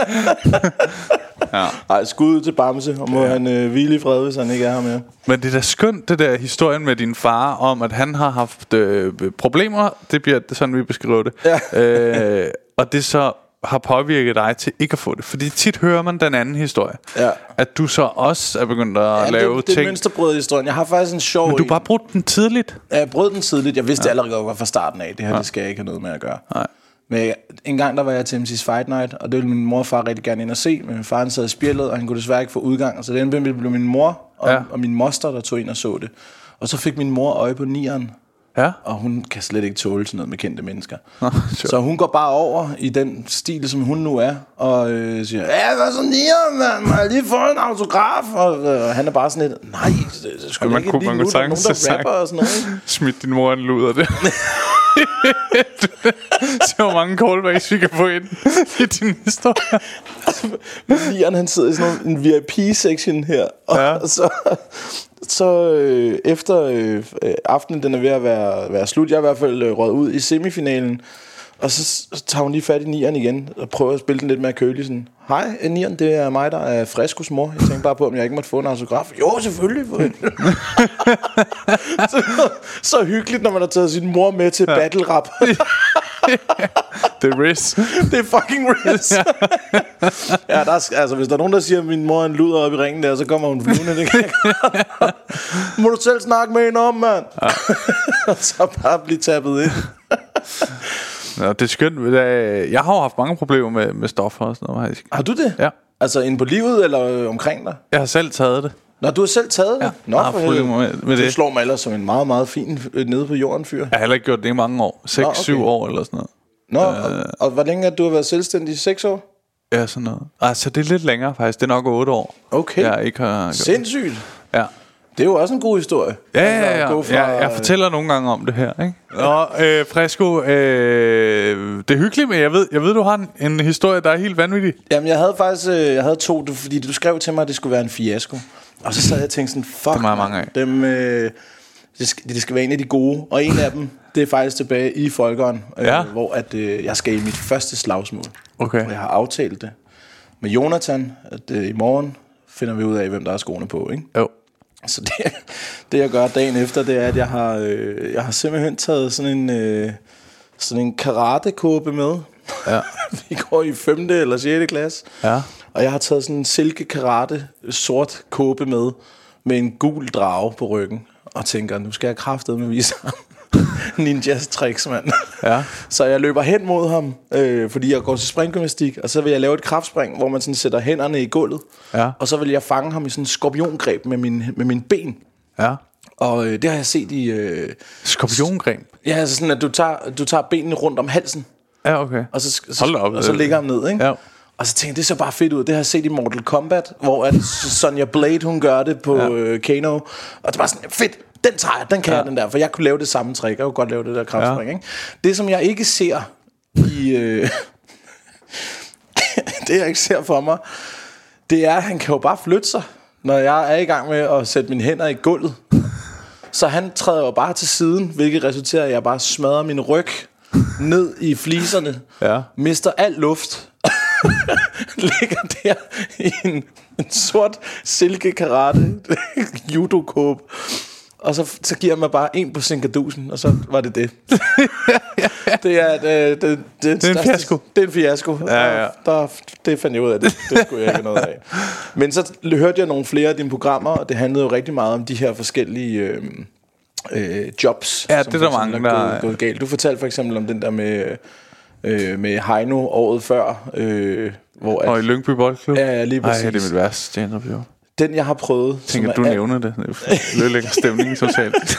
Ja. Ej, skud til Bamse. Og må ja. han øh, hvile i fred hvis han ikke er her mere. Men det er da skønt det der historien med din far om at han har haft øh, problemer. Det bliver det sådan vi beskriver det. Ja. øh, Og det så har påvirket dig til ikke at få det. Fordi tit hører man den anden historie, ja. At du så også er begyndt at ja, lave det, ting. Det er mønsterbrød historien. Jeg har faktisk en sjov. Men du bare brugt den tidligt. Ja, jeg brød den tidligt. Jeg vidste ja. allerede godt fra starten af. Det her ja. det skal jeg ikke have noget med at gøre. Nej. Men en gang der var jeg til M C's Fight Night, og det ville min mor og far rigtig gerne ind og se. Men min far sad i spjældet, og han kunne desværre ikke få udgang. Så det endte blev min mor og, ja. og min moster, der tog ind og så det. Og så fik min mor øje på nieren. Ja. Og hun kan slet ikke tåle sådan noget med kendte mennesker. Nå, sure. Så hun går bare over i den stil som hun nu er og øh, siger, ja hvad så nieren mand, må jeg lige få en autograf? Og øh, han er bare sådan lidt, nej det skulle ikke lige nu, der er nogen der rapper og sådan noget. Smid din mor en luder det. Se hvor mange callbacks vi kan få ind i din historie. Nieren, han sidder i sådan en V I P-section her. Og Ja. så, så øh, efter øh, aftenen, den er ved at være, være slut. Jeg er i hvert fald øh, røget ud i semifinalen. Og så, så tager hun lige fat i nieren igen og prøver at spille den lidt mere kølig. Sådan, hej nieren, det er mig, der er Frescos mor. Jeg tænkte bare på, om jeg ikke måtte få en autograf. Jo, selvfølgelig. så, så hyggeligt, når man har taget sin mor med til ja. battle rap. Det er Riz. Det er fucking Riz. Ja, der er, altså, hvis der er nogen, der siger, at min mor er en luder op i ringen der, så kommer hun flyvende. Det kan jeg. Må du selv snakke med hende om, mand. Ja. Og så bare blive tappet ind. Ja, det er skønt. Jeg har jo haft mange problemer med, med stoffer og sådan noget, faktisk. Har du det? Ja. Altså inde på livet eller øh, omkring dig? Jeg har selv taget det. Nå, du har selv taget det? Ja, Nå, jeg har problemer med, med du det. slår mig ellers som en meget, meget fin øh, nede på jorden fyr. Jeg har heller ikke gjort det i mange år. seks syv okay. år eller sådan noget. Nå, øh, og, og hvor længe har du været selvstændig? seks år? Ja, sådan noget. Altså, det er lidt længere faktisk. Det er nok otte år. Okay. Jeg ikke har gjort. Sindssygt. Ja. Det er jo også en god historie. Ja, ja, ja. Fra, ja jeg fortæller nogle gange om det her, ikke? Nå, øh, Fresco, øh, det er hyggeligt, men jeg ved, jeg ved du har en, en historie, der er helt vanvittig. Jamen, jeg havde faktisk øh, jeg havde to, du, fordi du skrev til mig, at det skulle være en fiasko. Og så sad jeg og tænkte sådan, fuck, det er mange af. Dem, øh, det, skal, det skal være en af de gode. Og en af dem, det er faktisk tilbage i Folkeren, øh, ja. hvor at, øh, jeg skal i mit første slagsmål. Okay. Og jeg har aftalt det med Jonathan, at øh, i morgen finder vi ud af, hvem der er skoene på, ikke? Jo. Så det, det jeg gør dagen efter, det er, at jeg har, øh, jeg har simpelthen taget sådan en, øh, sådan en karatekåbe med. Ja. Vi går i femte eller sjette klasse. Ja. Og jeg har taget sådan en silke karate sort kåbe med, med en gul drage på ryggen. Og tænker, nu skal jeg kraftedeme vise ham ninjas tricks, mand. Ja. Så jeg løber hen mod ham, øh, fordi jeg går til springgymnastik. Og så vil jeg lave et kraftspring, hvor man sådan sætter hænderne i gulvet. Ja. Og så vil jeg fange ham i sådan en skorpiongreb med min, med min ben. Ja. Og øh, det har jeg set i... Øh, Skorpiongreb? Ja, altså sådan, at du tager, du tager benene rundt om halsen. Ja, okay. Og så, så, Hold op, og så ligger ham ned, ikke? Ja. Og så tænkte jeg, det ser bare fedt ud. Det har jeg set i Mortal Kombat, hvor at Sonya Blade, hun gør det på ja. øh, Kano. Og det var sådan, fedt, den tager jeg, den kan ja. jeg, den der. For jeg kunne lave det samme trick. Jeg kunne godt lave det der kraftspring, ja. ikke? Det, som jeg ikke ser i... Øh, det, jeg ikke ser for mig, det er, at han kan jo bare flytte sig, når jeg er i gang med at sætte mine hænder i gulvet. Så han træder jo bare til siden, hvilket resulterer i, at jeg bare smadrer min ryg ned i fliserne. Ja. Mister al luft. Ligger der i en, en sort silke karate judokåbe. Og så, så giver jeg mig bare en på sinkadusen, og så var det det. Det er det, det, det, det, det er en fiasko. Det er en fiasko. Ja, ja. Der, det fandt jeg ud af det. Det skulle jeg ikke have noget af. Men så hørte jeg nogle flere af dine programmer, og det handlede jo rigtig meget om de her forskellige øh, øh, jobs. Ja, det er der mange, er der gået, gået galt. Du fortalte for eksempel om den der med øh, med Heino året før, øh, hvor at, og i Lyngby Boldklub. Ja, ja, lige præcis. Ej, det er mit værste interview. Den jeg har prøvet. Tænker du nævner det. Det ødelægger stemningen totalt.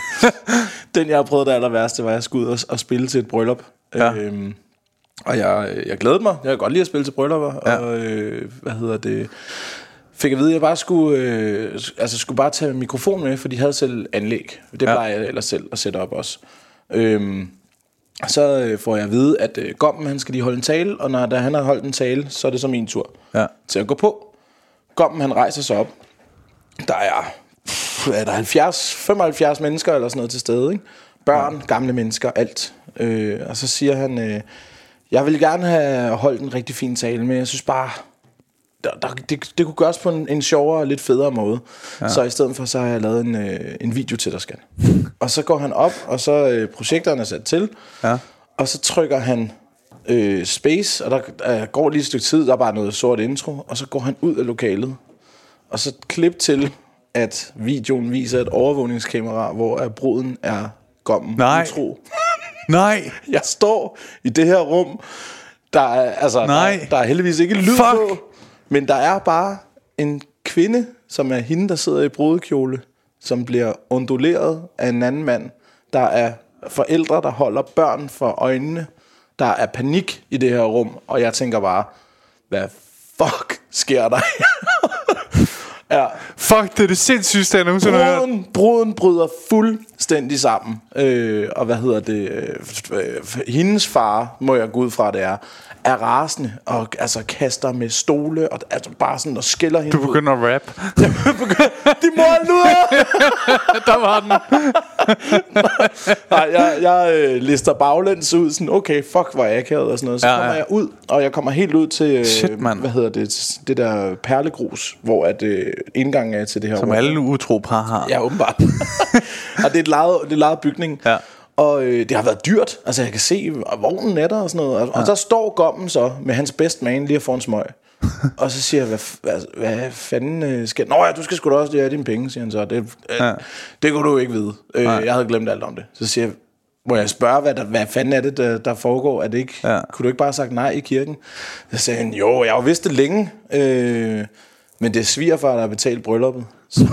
Den jeg har prøvet, det aller værste, var at jeg skulle ud og, og spille til et bryllup. Ja. Øhm, og jeg, jeg glædede mig. Jeg kan godt lide at spille til bryllupper. Ja. Og øh, hvad hedder det? Fik at vide, at jeg bare skulle, øh, altså skulle bare tage mikrofonen med, for de havde selv anlæg. Det plejer ja. jeg ellers selv at sætte op også. Øhm, så øh, får jeg at vide, at øh, Gommen, han skal lige holde en tale, og når da han har holdt en tale, så er det så min tur ja. til at gå på. Gommen, han rejser sig op. Der er, er der halvfjerds, femoghalvfjerds mennesker eller sådan noget til stede, ikke? Børn, gamle mennesker, alt. Øh, og så siger han, øh, jeg vil gerne have holdt en rigtig fin tale, men jeg synes bare, der, der, det, det kunne gøres på en, en sjovere og lidt federe måde. Ja. Så i stedet for, så har jeg lavet en, øh, en video til dig, skal. Og så går han op, og så øh, projekteren er sat til, ja. Og så trykker han øh, space, og der øh, går lige et stykke tid, der er bare noget sort intro, og så går han ud af lokalet. Og så klip til, at videoen viser et overvågningskamera, hvor bruden er Gommen utro. Nej. Jeg står i det her rum, der er, altså, der, der er heldigvis ikke lyd Fuck. på, men der er bare en kvinde, som er hende, der sidder i brudekjole, som bliver onduleret af en anden mand. Der er forældre, der holder børn for øjnene. Der er panik i det her rum, og jeg tænker bare, hvad fuck sker der? Ja. Fuck, det er det sindssygste, jeg nogensinde har hørt. Bruden, bruden bryder fuldstændig sammen. øh, Og hvad hedder det øh, hendes far, må jeg gå ud fra det er er rasende og altså kaster med stole og altså bare sådan og skælder hende. Du begynder ud. At rap. De mor luder. Der var den. Nej, jeg, jeg øh, lister baglæns ud sådan, okay, fuck, hvor er jeg akavet og sådan noget. Så ja, kommer ja. jeg ud, og jeg kommer helt ud til øh, Shit, hvad hedder det, det der perlegrus, hvor at øh, indgangen er til det her som rum. alle utro par har. Ja, åbenbart. Og det er et lejet, det er lejet bygning. Ja. Og øh, det har været dyrt. Altså jeg kan se vognen er der og sådan noget. Og, ja. og der står Gommen så med hans best man lige at få en smøg. Og så siger jeg, hvad, hvad, hvad fanden øh, skal... Nå ja, du skal sgu da også det er dine penge, siger han så. Det, øh, ja. det kunne du ikke vide. Øh, jeg havde glemt alt om det. Så siger jeg, må jeg spørge, hvad, der, hvad fanden er det, der, der foregår? Er det ikke, ja. Kunne du ikke bare have sagt nej i kirken? Så sagde han, jo, jeg har vidst det længe. Øh, men det er svigerfar, der har betalt brylluppet. Så...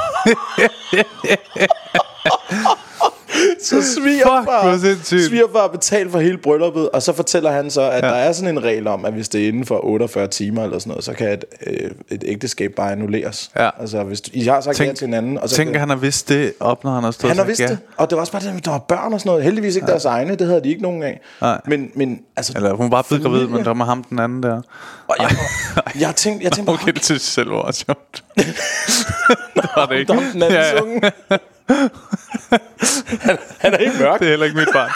Så svigerfar, svigerfar har betalt for hele brylluppet. Og så fortæller han så, at ja. Der er sådan en regel om, at hvis det er inden for otteogfyrre timer eller sådan noget, så kan et, øh, et ægteskab bare annulleres. Ja. Altså hvis I har sagt Tænk, ja til hinanden og så tænker kan, han har vidst det op, når han har stået. Han har vidst ja. det. Og det var også bare det, der var børn og sådan noget. Heldigvis ikke ja. deres egne, det havde de ikke nogen af. Nej. Men, men altså eller hun var bare blevet gravid, men der var ham den anden der. Og jeg, jeg tænkte, jeg tænkte okay, det synes jeg selv var sjovt. Det var det ikke. Dom den anden ja, ja. han, han er ikke mørk. Det er heller ikke mit barn.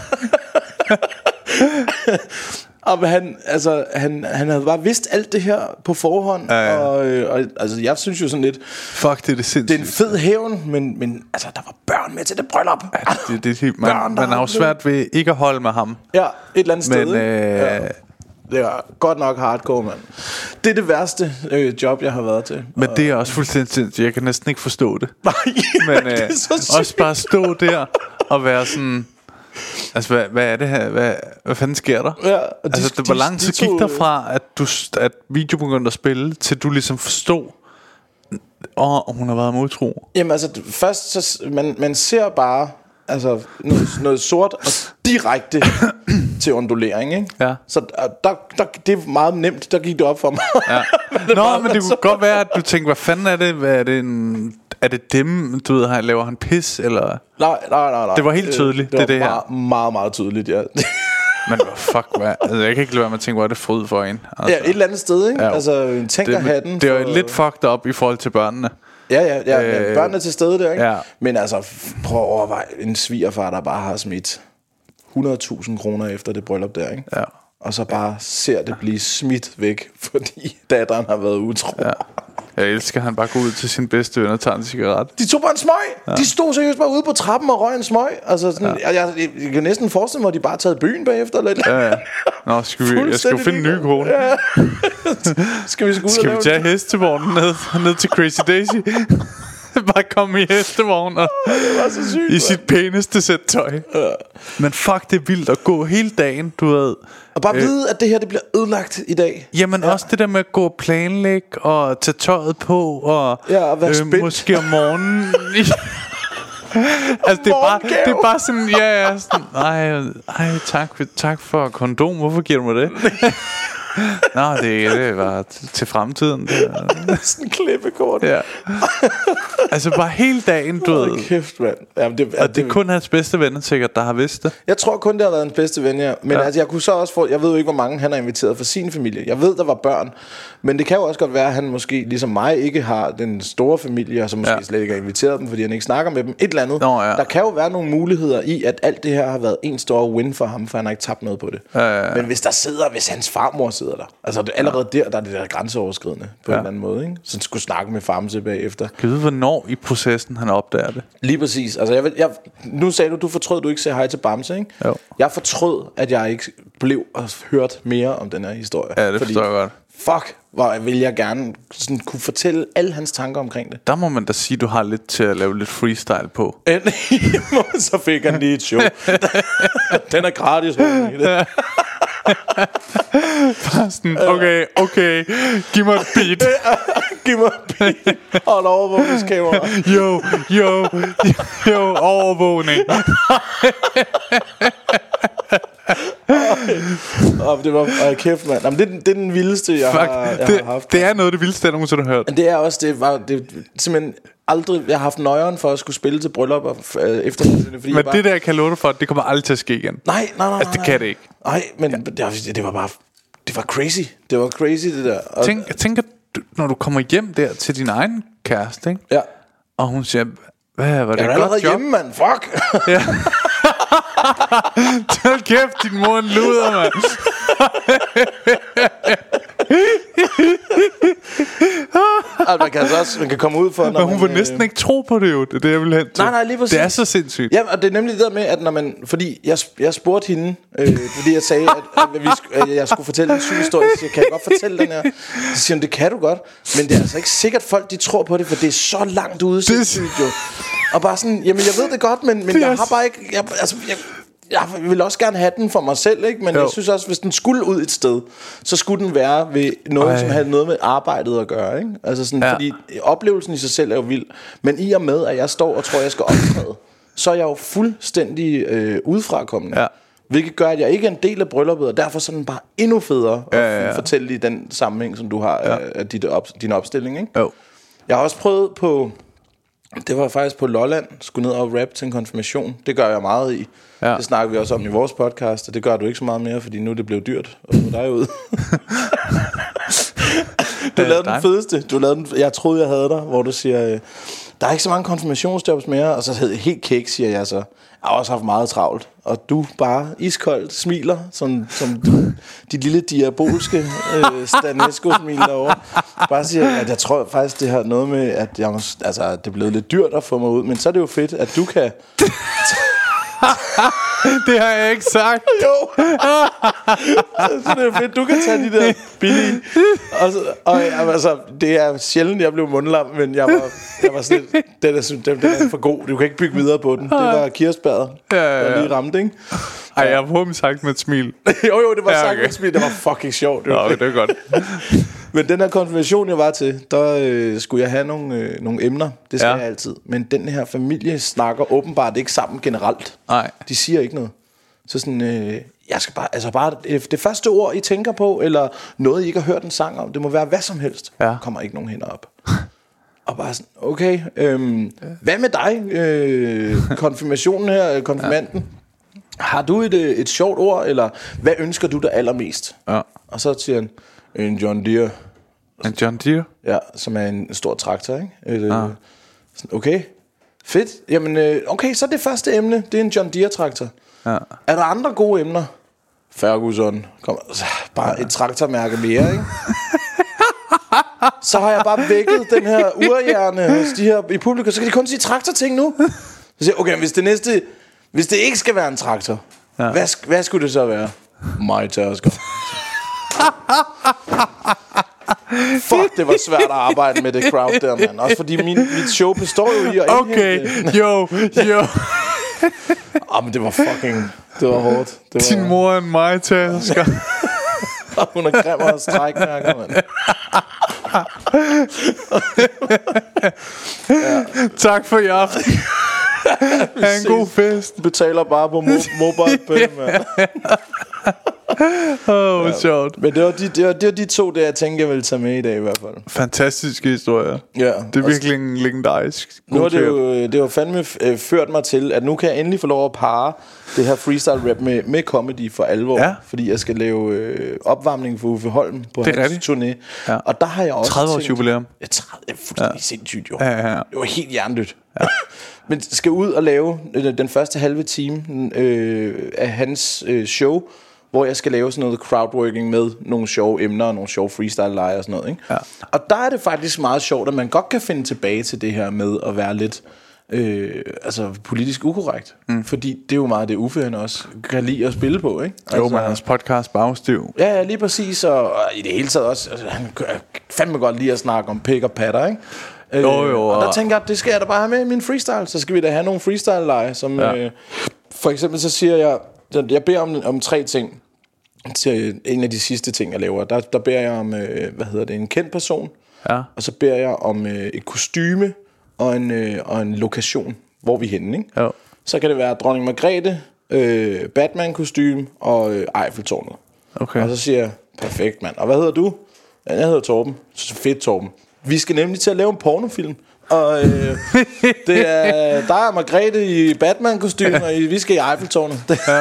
Og han, altså, han, han havde bare vidst alt det her på forhånd. Ja, ja. Og, og altså, jeg synes jo sådan lidt, fuck, det er det sindssygt. Det er en fed hævn, men, men altså, der var børn med til det bryllup. Ja, det, det, det, man, børn, man har jo svært ved ikke at holde med ham. Ja, et eller andet men, sted. Øh, ja. Det er godt nok hardcore, mand. Det er det værste øh, job, jeg har været til. Men det er også fuldstændig sindssygt. Jeg kan næsten ikke forstå det. Nej, men øh, det er så sygt. Også bare stå der og være sådan... Altså, hvad, hvad er det her? Hvad, hvad fanden sker der? Ja, de, altså, det, hvor lang tid gik der fra, at, du, at video begyndte at spille, til du ligesom forstod, åh, oh, hun har været modtro? Jamen, altså, først, så, man, man ser bare... Altså noget, noget sort og direkte til ondulering, ikke? Ja. Så der, der, det er meget nemt. Der gik det op for mig. Ja. Nå, meget, men det kunne så... godt være, at du tænker, hvad fanden er det? Hvad er det en... Er det dem, du ved, laver han pis, eller? Nej, nej, nej, nej. Det var helt tydeligt, det, det, det, var det meget, her. meget, meget tydeligt, ja. Men fuck, hvad? Altså, jeg kan ikke lade være med at tænke, hvor er det fryd for en? Altså, ja, et eller andet sted, ikke? Ja, altså, tænker hatten. Det, det er jo lidt fucked up i forhold til børnene. Ja, ja, ja, øh, børnene er til stede der, ikke? Ja. Men altså, prøv at overveje en svigerfar, der bare har smidt hundrede tusind kroner efter det bryllup der, ikke? Ja. Og så bare ser det blive smidt væk, fordi datteren har været utro. Ja. Jeg elsker, han bare går ud til sin bedste ven og tager en cigaret. De tog bare en smøg. Ja. De stod seriøst bare ude på trappen og røg en smøg. Altså sådan, ja. jeg, jeg, jeg kan næsten forestille mig, at de bare taget byen bagefter eller ja, ja. Nå, skal vi, jeg skal jo finde en ny kone. Ja. Skal vi skulle Skal vi tage hestevognen ned, ned til Crazy Daisy? Bare komme i hestevognen og oh, det var så sygt, i sit pæneste sæt tøj. Ja. Men fuck, det er vildt at gå hele dagen, du ved. Og bare øh, vide, at det her det bliver ødelagt i dag. Jamen ja. Også det der med at gå og planlægge og tage tøjet på og, ja, og være øh, måske om morgenen. Altså det er bare det er bare sådan ja, ja sådan, ej, ej tak, tak for kondom. Hvorfor giver du mig det? Nå, det, det var til fremtiden. Det er sådan en klippekort. Ja. Altså bare hele dagen, du ved. Kæft, mand. Jamen, det, og det er kun hans bedste venner sikkert, der har vidst det. Jeg tror kun, det har været hans bedste ven, ja. Men ja. Altså, jeg kunne så også få, jeg ved jo ikke, hvor mange han har inviteret for sin familie. Jeg ved, der var børn. Men det kan jo også godt være, at han måske, ligesom mig, ikke har den store familie, og så måske ja. Slet ikke har inviteret dem, fordi han ikke snakker med dem. Et eller andet. Nå, ja. Der kan jo være nogle muligheder i, at alt det her har været en stor win for ham, for han har ikke tabt noget på det. Ja, ja, ja. Men hvis der sidder, hvis hans farmor sidder der, altså det, allerede der, der er det der grænseoverskridende på ja. En eller anden måde, ikke? Så han skulle snakke med farmor bagefter. Kan du vide, hvornår i processen han opdager det? Lige præcis. Altså, jeg, jeg, nu sagde du, du fortrød, du ikke sagde hej til Bamse, ikke? Jo. Jeg fortrød, at jeg ikke blev og hørt mere om den her historie. Ja, det forstår jeg godt. Fuck, hvor vil jeg gerne sådan kunne fortælle alle hans tanker omkring det. Der må man da sige, du har lidt til at lave lidt freestyle på. Så fik han lige et show. Den er gratis. Bare sådan, okay, okay, giv mig et beat. Giv mig et beat. Og en overvågningskamera. Jo, jo, jo, overvågning. Og det var øh, kæft, mand. Jamen, det, det er den vildeste, jeg, Fuck, har, jeg det, har haft. Det er noget af det vildeste, jeg nogensinde har hørt. Men det er også, det var det, simpelthen aldrig, jeg har haft nøjeren for at skulle spille til bryllup øh, efterfølgende. Men bare, det der kan jeg love dig for, det kommer aldrig til at ske igen. Nej, nej, nej. Altså, det kan det ikke. Nej, men ja. det, var, det var bare, det var crazy. Det var crazy, det der. Og, Tænk, jeg tænker, når du kommer hjem der til din egen kæreste, ikke? Ja. Og hun siger, hvad var det jeg et er godt allerede job? hjemme, mand. Fuck. Ja. Hold kæft, din mor en luder, mand. Altså, man kan altså også man kan komme ud for, når Men hun man, vil næsten øh... ikke tro på det jo. Det er det, jeg vil hen til. Nej, nej, lige præcis. Det er så sindssygt. Ja, og det er nemlig det der med, at når man... Fordi jeg, jeg spurgte hende, øh, fordi jeg sagde, at, at, vi, at jeg skulle fortælle en syg historie. Så siger, kan jeg godt fortælle den her? Så siger hun, det kan du godt. Men det er altså ikke sikkert, folk de tror på det, for det er så langt ude sindssygt jo. Og bare sådan, jamen jeg ved det godt, men, men jeg har bare ikke... Jeg, altså, jeg, jeg vil også gerne have den for mig selv, ikke? Men jo. Jeg synes også, hvis den skulle ud et sted, så skulle den være ved noget, Ej. som havde noget med arbejdet at gøre, ikke? Altså sådan, ja. Fordi oplevelsen i sig selv er jo vild. Men i og med, at jeg står og tror, jeg skal optræde, så er jeg jo fuldstændig øh, udefrakommende. Ja. Hvilket gør, at jeg ikke er en del af brylluppet, og derfor er den bare endnu federe at ja, ja, ja. fortælle i den sammenhæng, som du har ja. af dit op, din opstilling, ikke? Jo. Jeg har også prøvet på... Det var faktisk på Lolland. Skulle ned og rap til en konfirmation. Det gør jeg meget i. Ja. Det snakker vi også om i vores podcast. Og det gør du ikke så meget mere, fordi nu er det blevet dyrt at få dig ud. Du lavede den fedeste. Du lavede den, jeg troede jeg havde dig. Hvor du siger øh, der er ikke så mange konfirmationsjobs mere. Og så hed jeg helt kæk, siger jeg så. Jeg har også haft meget travlt. Og du bare iskoldt smiler, som, som du, dit lille diabolske øh, Stanesco-smil derovre. Bare siger, at jeg tror faktisk, det har noget med, at jeg må, altså, det er blevet lidt dyrt at få mig ud. Men så er det jo fedt, at du kan... Det har jeg ikke sagt. Jo. Så det er fedt, du kan tage de der billige. Og, så, og altså, det er sjældent, jeg blev mundlam, men jeg var, jeg var sådan lidt, den er, den, den er for god. Du kan ikke bygge videre på den. Det var kirsebæret, ja, ja, ja. Der lige ramte, ikke? Ej, jeg har forhåbentlig sagt med et smil. Jo, jo, det var ja, okay. sagt med et smil. Det var fucking sjovt. Det var, okay, det er godt. Men den her konfirmation, jeg var til, der øh, skulle jeg have nogle, øh, nogle emner. Det skal ja. jeg altid. Men den her familie snakker åbenbart ikke sammen generelt. Nej. De siger ikke noget. Så sådan, øh, jeg skal bare, altså bare det første ord, I tænker på, eller noget, I ikke har hørt en sang om, det må være hvad som helst. Ja. Kommer ikke nogen hænder op. Og bare sådan, okay, øh, hvad med dig, øh, konfirmationen her, konfirmanden? Ja. Har du et, et sjovt ord, eller hvad ønsker du dig allermest? Ja. Og så siger han, en John Deere. En John Deere? Ja, som er en stor traktor, ikke? Et, ah. sådan, okay, fedt. Jamen, okay, så det første emne, det er en John Deere traktor. Ja. Er der andre gode emner? Ferguson. Kom, bare et traktormærke mere, ikke? Så har jeg bare vækket den her urhjerne hos de her i publikum. Så kan de kun sige traktorting nu. Så siger jeg, okay, hvis det næste, hvis det ikke skal være en traktor, ja. hvad, hvad skulle det så være? My Tasker. Fuck, det var svært at arbejde med det crowd der, mand. Også fordi min, mit show består jo i at okay, jo, jo. Ah, men det var fucking, det var hårdt. Det var... Din mor er en My Tasker. Hun har grimmer og strækmærker, mand. Ja. Tak for i aften. Ha' en god fest. Betaler bare på mo- mobile pay, mand. Åh, oh, ja. Sjovt. Men det var, de, det, var, det var de to, der jeg tænkte, jeg ville tage med i dag i hvert fald. Fantastiske historier. Ja. Det er virkelig en legendarisk. Nu har det jo, det har fandme ført mig til, at nu kan jeg endelig få lov at parre det her freestyle rap med, med comedy for alvor. Ja. Fordi jeg skal lave øh, opvarmning for Uffe Holm på det hans turné. Ja. Og der har jeg også tredive års jubilæum. Ja, tredive, det er fuldstændig ja. sindssygt jo. Ja, ja, ja. Det var helt hjernedødt. Ja. Men skal ud og lave den første halve time øh, af hans øh, show, hvor jeg skal lave sådan noget crowdworking med nogle sjove emner og nogle sjove freestyle-lege og sådan noget, ikke? Ja. Og der er det faktisk meget sjovt, at man godt kan finde tilbage til det her med at være lidt øh, altså politisk ukorrekt. Mm. Fordi det er jo meget det, Uffe han også kan lide at spille på, ikke? Jo, altså, men hans podcast bagstiv. Ja, ja, lige præcis. Og, og i det hele taget også, altså, han kan fandme godt lide at snakke om pik og patter, ikke? Jo, jo, og der tænker jeg, det skal jeg da bare have med i min freestyle. Så skal vi da have nogle freestyle-lege, som ja. øh, for eksempel så siger jeg, jeg beder om, om tre ting. Til en af de sidste ting jeg laver, der, der beder jeg om øh, hvad hedder det, en kendt person, ja. Og så beder jeg om øh, et kostyme og en, øh, og en lokation, hvor vi er henne, ikke? Ja. Så kan det være Dronning Margrethe, øh, Batman-kostume og øh, Eiffeltårnet. Okay. Og så siger jeg, perfekt mand. Og hvad hedder du? Ja, jeg hedder Torben. Så fedt, Torben. Vi skal nemlig til at lave en pornofilm. Og øh, det er dig og Margrethe i Batman-kostyme, og vi skal i Eiffeltårnet.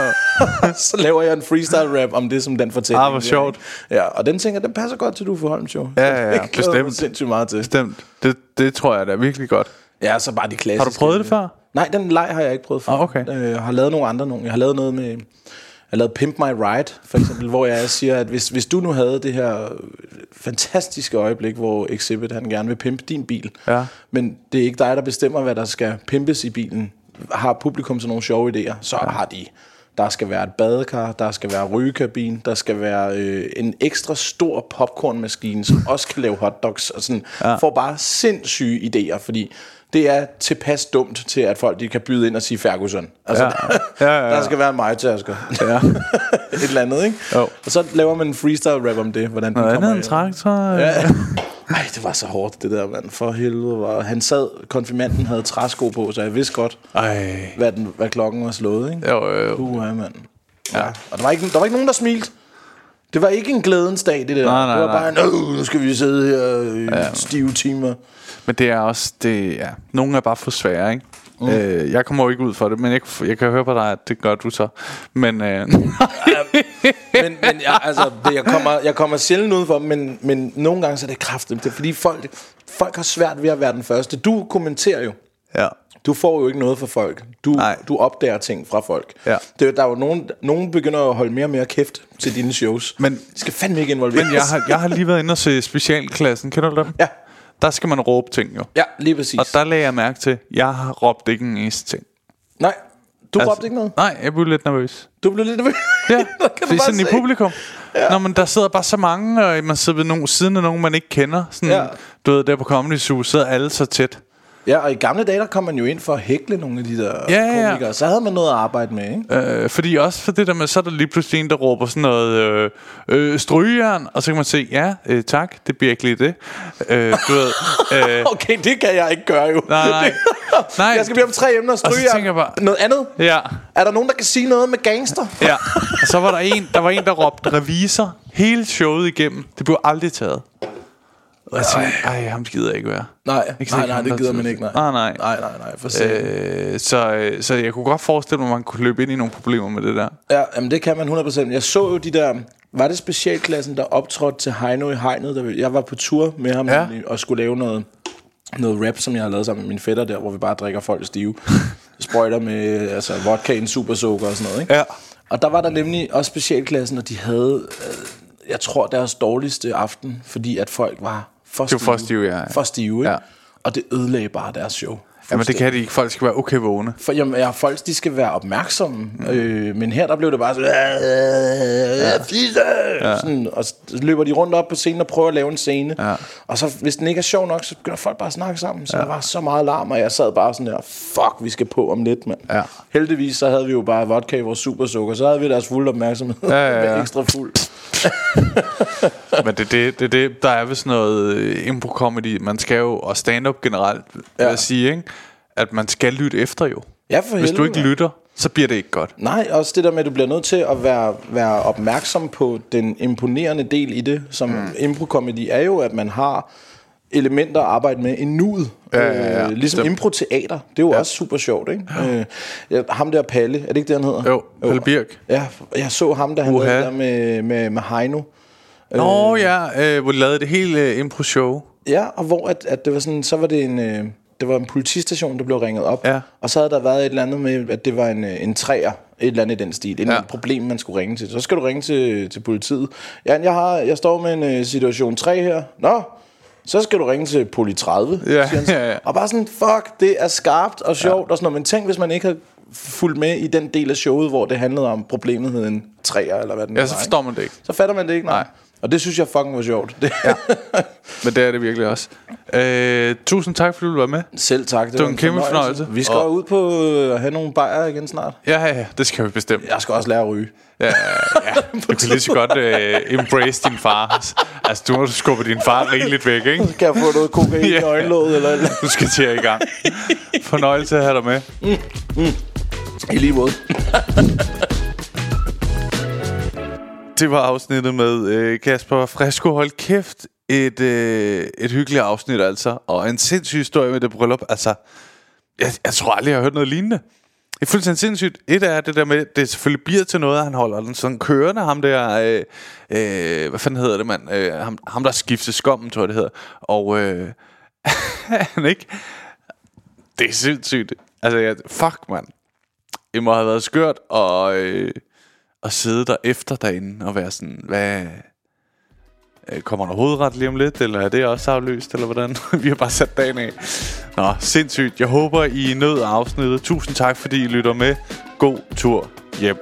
Så laver jeg en freestyle rap om det, som den fortæller. Ah, hvor sjovt. Ja, og den tænker, den passer godt til du for Holm Show. Ja, ja, ja. Det glæder mig sindssygt meget til. Bestemt. Det, det tror jeg da virkelig godt. Ja, så bare de klassiske. Har du prøvet det før? Nej, den leg har jeg ikke prøvet før. Ah, okay. Jeg har lavet nogle andre nogle. Jeg har lavet noget med... Jeg har lavet Pimp My Ride, for eksempel, hvor jeg siger, at hvis, hvis du nu havde det her fantastiske øjeblik, hvor Exhibit, han gerne vil pimpe din bil, ja. men det er ikke dig, der bestemmer, hvad der skal pimpes i bilen. Har publikum så nogle sjove idéer, så ja. har de... Der skal være et badekar, der skal være rygekabine, der skal være øh, en ekstra stor popcornmaskine, som også kan lave hotdogs, og sådan, ja. får bare sindssyge idéer, fordi det er tilpas dumt til, at folk de kan byde ind og sige Ferguson. Altså, ja. Ja, ja, ja. Der skal være en majtasker. Ja. Et eller andet, ikke? Jo. Og så laver man en freestyle rap om det, hvordan den Noget kommer. Noget andet en traktor. Ja. Ej, det var så hårdt, det der, mand. For helvede. Var. Han sad, konfirmanden havde træsko på, så jeg vidste godt, Ej. Hvad, den, hvad klokken var slået, ikke? Jo, jo, jo. Uha, mand. Ja. Ja. Og der var, ikke, der var ikke nogen, der smilte. Det var ikke en glædens dag, det der. Nej, nej, det var bare nej. en, nu skal vi sidde her i ja. stive timer. Men det er også, det, ja, nogle er bare for svære, ikke? Mm. Øh, jeg kommer jo ikke ud for det, men jeg, jeg kan høre på dig, at det gør du så. Men, øh. ja, men, men ja, altså, det, jeg, kommer, jeg kommer sjældent ud for men, men nogle gange så er det kraftigt. Det er fordi folk, folk har svært ved at være den første. Du kommenterer jo. Ja. Du får jo ikke noget fra folk. Du, du opdager ting fra folk. Ja. Det, der er jo nogen, nogen begynder at holde mere og mere kæft til dine shows. Men de skal fandme ikke involveres. Men jeg har, jeg har lige været inde og se specialklassen. Kender du dem? Ja. Der skal man råbe ting jo. Ja, lige præcis. Og der lagde jeg mærke til, jeg har råbt ikke en eneste ting. Nej, du altså, råbte ikke noget? Nej, jeg blev lidt nervøs. Du blev lidt nervøs? Ja, fordi sådan i publikum. Ja. Nå, men der sidder bare så mange, og man sidder ved nogen, siden af nogen, man ikke kender. Sådan, ja. Du ved, der på Comedy Zoo sidder alle så tæt. Ja, og i gamle dage, der kom man jo ind for at hækle nogle af de der ja, ja, ja. komikere. Så havde man noget at arbejde med, ikke? Øh, fordi også for det der med, så er der lige pludselig en, der råber sådan noget øh, øh, strygejern, og så kan man se, ja, øh, tak, det bliver ikke lige det. Øh, du ved, øh, okay, det kan jeg ikke gøre jo. Nej, nej. nej. Jeg skal blive om tre emner, strygejern. Bare, noget andet? Ja. Er der nogen, der kan sige noget med gangster? Ja, og så var der en, der var en, der råbte revisor hele showet igennem. Det blev aldrig taget. Og jeg tænkte, ej, ham gider jeg ikke være. Nej, ikke nej, nej, det gider man ikke, nej. Nej, nej. Nej, nej, nej, for øh, så, så jeg kunne godt forestille mig, at man kunne løbe ind i nogle problemer med det der. Ja, jamen det kan man hundrede procent. Jeg så jo de der, var det specialklassen, der optrådte til Heino i Hegnet? Der, jeg var på tur med ham ja. og skulle lave noget, noget rap, som jeg har lavet sammen med mine fætter der, hvor vi bare drikker folk stive. Sprøjter med altså, vodka i en supersukker og sådan noget, ikke? Ja. Og der var der nemlig også specialklassen, og de havde, øh, jeg tror, deres dårligste aften, fordi at folk var for stive. Det var for stive, ja. For stive, ikke? Ja. Og det ødelagde bare deres show. Jamen det kan de ikke. Folk skal være okay vågne. For jamen, ja, folk de skal være opmærksomme. Mm. øh, Men her der blev det bare sådan, ja. Ja. sådan og så løber de rundt op på scenen og prøver at lave en scene. Ja. Og så hvis den ikke er sjov nok, så begynder folk bare at snakke sammen. Så ja. Der var så meget larm, og jeg sad bare sådan der, fuck, vi skal på om lidt, mand. Ja. Heldigvis så havde vi jo bare vodka i vores supersukker. Så havde vi deres fulde opmærksomhed. Ja, ja, ja. Ekstra fuld. Men det er det, det, det, der er vist noget impro-comedy. Man skal jo, og stand-up generelt, vil ja. jeg sige, ikke? At man skal lytte efter jo. Ja, for Hvis helvede, du ikke lytter, så bliver det ikke godt. Nej, også det der med, at du bliver nødt til at være, være opmærksom på den imponerende del i det. Som mm. impro-comedy er jo, at man har elementer at arbejde med i nuet. Ja, ja, ja. Øh, ligesom Stem. impro-teater. Det er jo ja. også super sjovt, ikke? Ja. Øh, ja, ham der Palle, er det ikke det, han hedder? Jo, Palle Birk. Ja, jeg så ham, da han lavede der med, med, med Heino. Nå øh, ja, øh, hvor de lavede det hele øh, impro-show. Ja, og hvor at, at det var sådan, så var det en... Øh, det var en politistation, der blev ringet op. Ja. Og så havde der været et eller andet med, at det var en, en træer, et eller andet i den stil. Et ja. problem, man skulle ringe til. Så skal du ringe til, til politiet. Ja, jeg, har, jeg står med en uh, situation tre her. Nå, så skal du ringe til poli tredive. Ja, ja, ja. Og bare sådan, fuck, det er skarpt og sjovt. Ja. Og sådan noget. Men tænk, hvis man ikke havde fulgt med i den del af showet, hvor det handlede om problemet hed en træer, eller hvad den ja, var. Så forstår man det ikke. Så fatter man det ikke, nej. nej. Og det synes jeg fucking var sjovt. Ja. Men det er det virkelig også. øh, Tusind tak fordi du var med. Selv tak. Det, det var en kæmpe fornøjelse. Vi skal og... ud på at have nogle bajer igen snart. Ja, ja, ja, det skal vi bestemt. Jeg skal også lære at ryge. Ja, ja. Du kan lige så godt uh, embrace din far. Altså du må skubbe din far rigeligt væk, ikke? Så kan jeg få noget kokain i øjenlåget eller eller. Du skal til i gang. Fornøjelse at have dig med. mm. Mm. I lige måde. Det var afsnittet med øh, Kasper Fresco. Hold kæft, et, øh, et hyggeligt afsnit altså. Og en sindssyg historie med det bryllup. Altså, jeg, jeg tror aldrig, jeg har hørt noget lignende. Det er fuldstændig sindssygt. Et er det der med, det selvfølgelig bliver til noget, han holder den sådan kørende. Ham der, øh, øh, hvad fanden hedder det, mand? Øh, ham, ham der skifter skommen, tror jeg det hedder. Og øh, han ikke. Det er sindssygt. Altså, jeg, fuck, mand. Det må have været skørt og øh, at sidde der efter derinde og være sådan, hvad... Kommer der hovedret lige om lidt, eller er det også afløst, eller hvordan? Vi har bare sat dagen af. Nå, sindssygt. Jeg håber, I nød afsnittet. Tusind tak, fordi I lytter med. God tur hjem.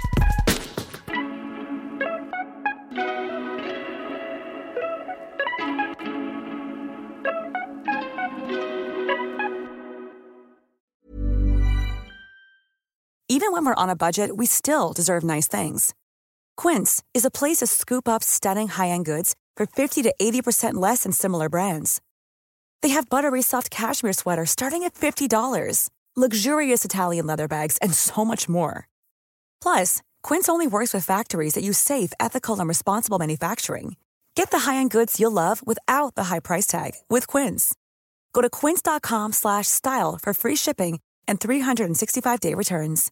Even when we're on a budget, we still deserve nice things. Quince is a place to scoop up stunning high-end goods for fifty to eighty percent less than similar brands. They have buttery soft cashmere sweaters starting at fifty dollars, luxurious Italian leather bags, and so much more. Plus, Quince only works with factories that use safe, ethical, and responsible manufacturing. Get the high-end goods you'll love without the high price tag with Quince. Go to quince.com slash style for free shipping and three sixty-five day returns.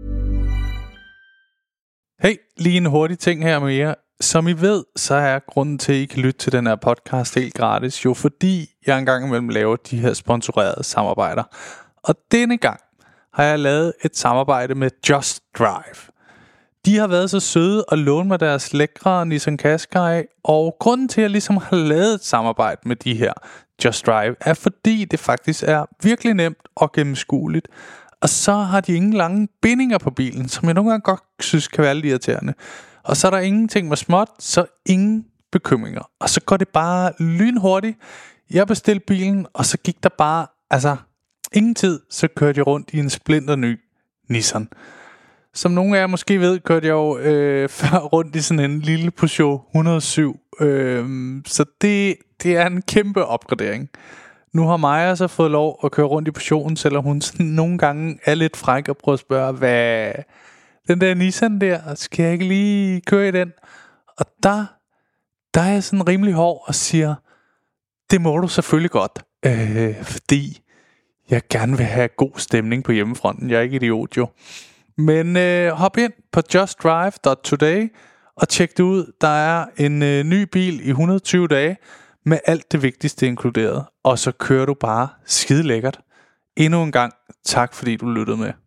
Hey, lige en hurtig ting her med jer. Som I ved, så er grunden til, at I kan lytte til den her podcast helt gratis, jo fordi jeg engang imellem laver de her sponsorerede samarbejder. Og denne gang har jeg lavet et samarbejde med Just Drive. De har været så søde at låne mig deres lækre Nissan Qashqai, og grunden til, at jeg ligesom har lavet et samarbejde med de her Just Drive, er fordi det faktisk er virkelig nemt og gennemskueligt. Og så har de ingen lange bindinger på bilen, som jeg nogle gange godt synes kan være lidt irriterende. Og så er der ingenting med småt, så ingen bekymringer. Og så går det bare lynhurtigt. Jeg bestilte bilen, og så gik der bare, altså ingen tid, så kørte jeg rundt i en splinter ny Nissan. Som nogle af jer måske ved, kørte jeg jo øh, før rundt i sådan en lille Peugeot et hundrede og syv. Øh, så det, det er en kæmpe opgradering. Nu har Maja så fået lov at køre rundt i Peugeoten, selvom hun sådan nogle gange er lidt fræk og prøver at spørge, hvad den der Nissan der, skal jeg ikke lige køre i den? Og der, der er jeg sådan rimelig hård og siger, det må du selvfølgelig godt, øh, fordi jeg gerne vil have god stemning på hjemmefronten. Jeg er ikke idiot jo. Men øh, hop ind på just drive dot today og tjek det ud. Der er en øh, ny bil i et hundrede og tyve dage med alt det vigtigste inkluderet. Og så kører du bare skide lækkert. Endnu en gang tak fordi du lyttede med.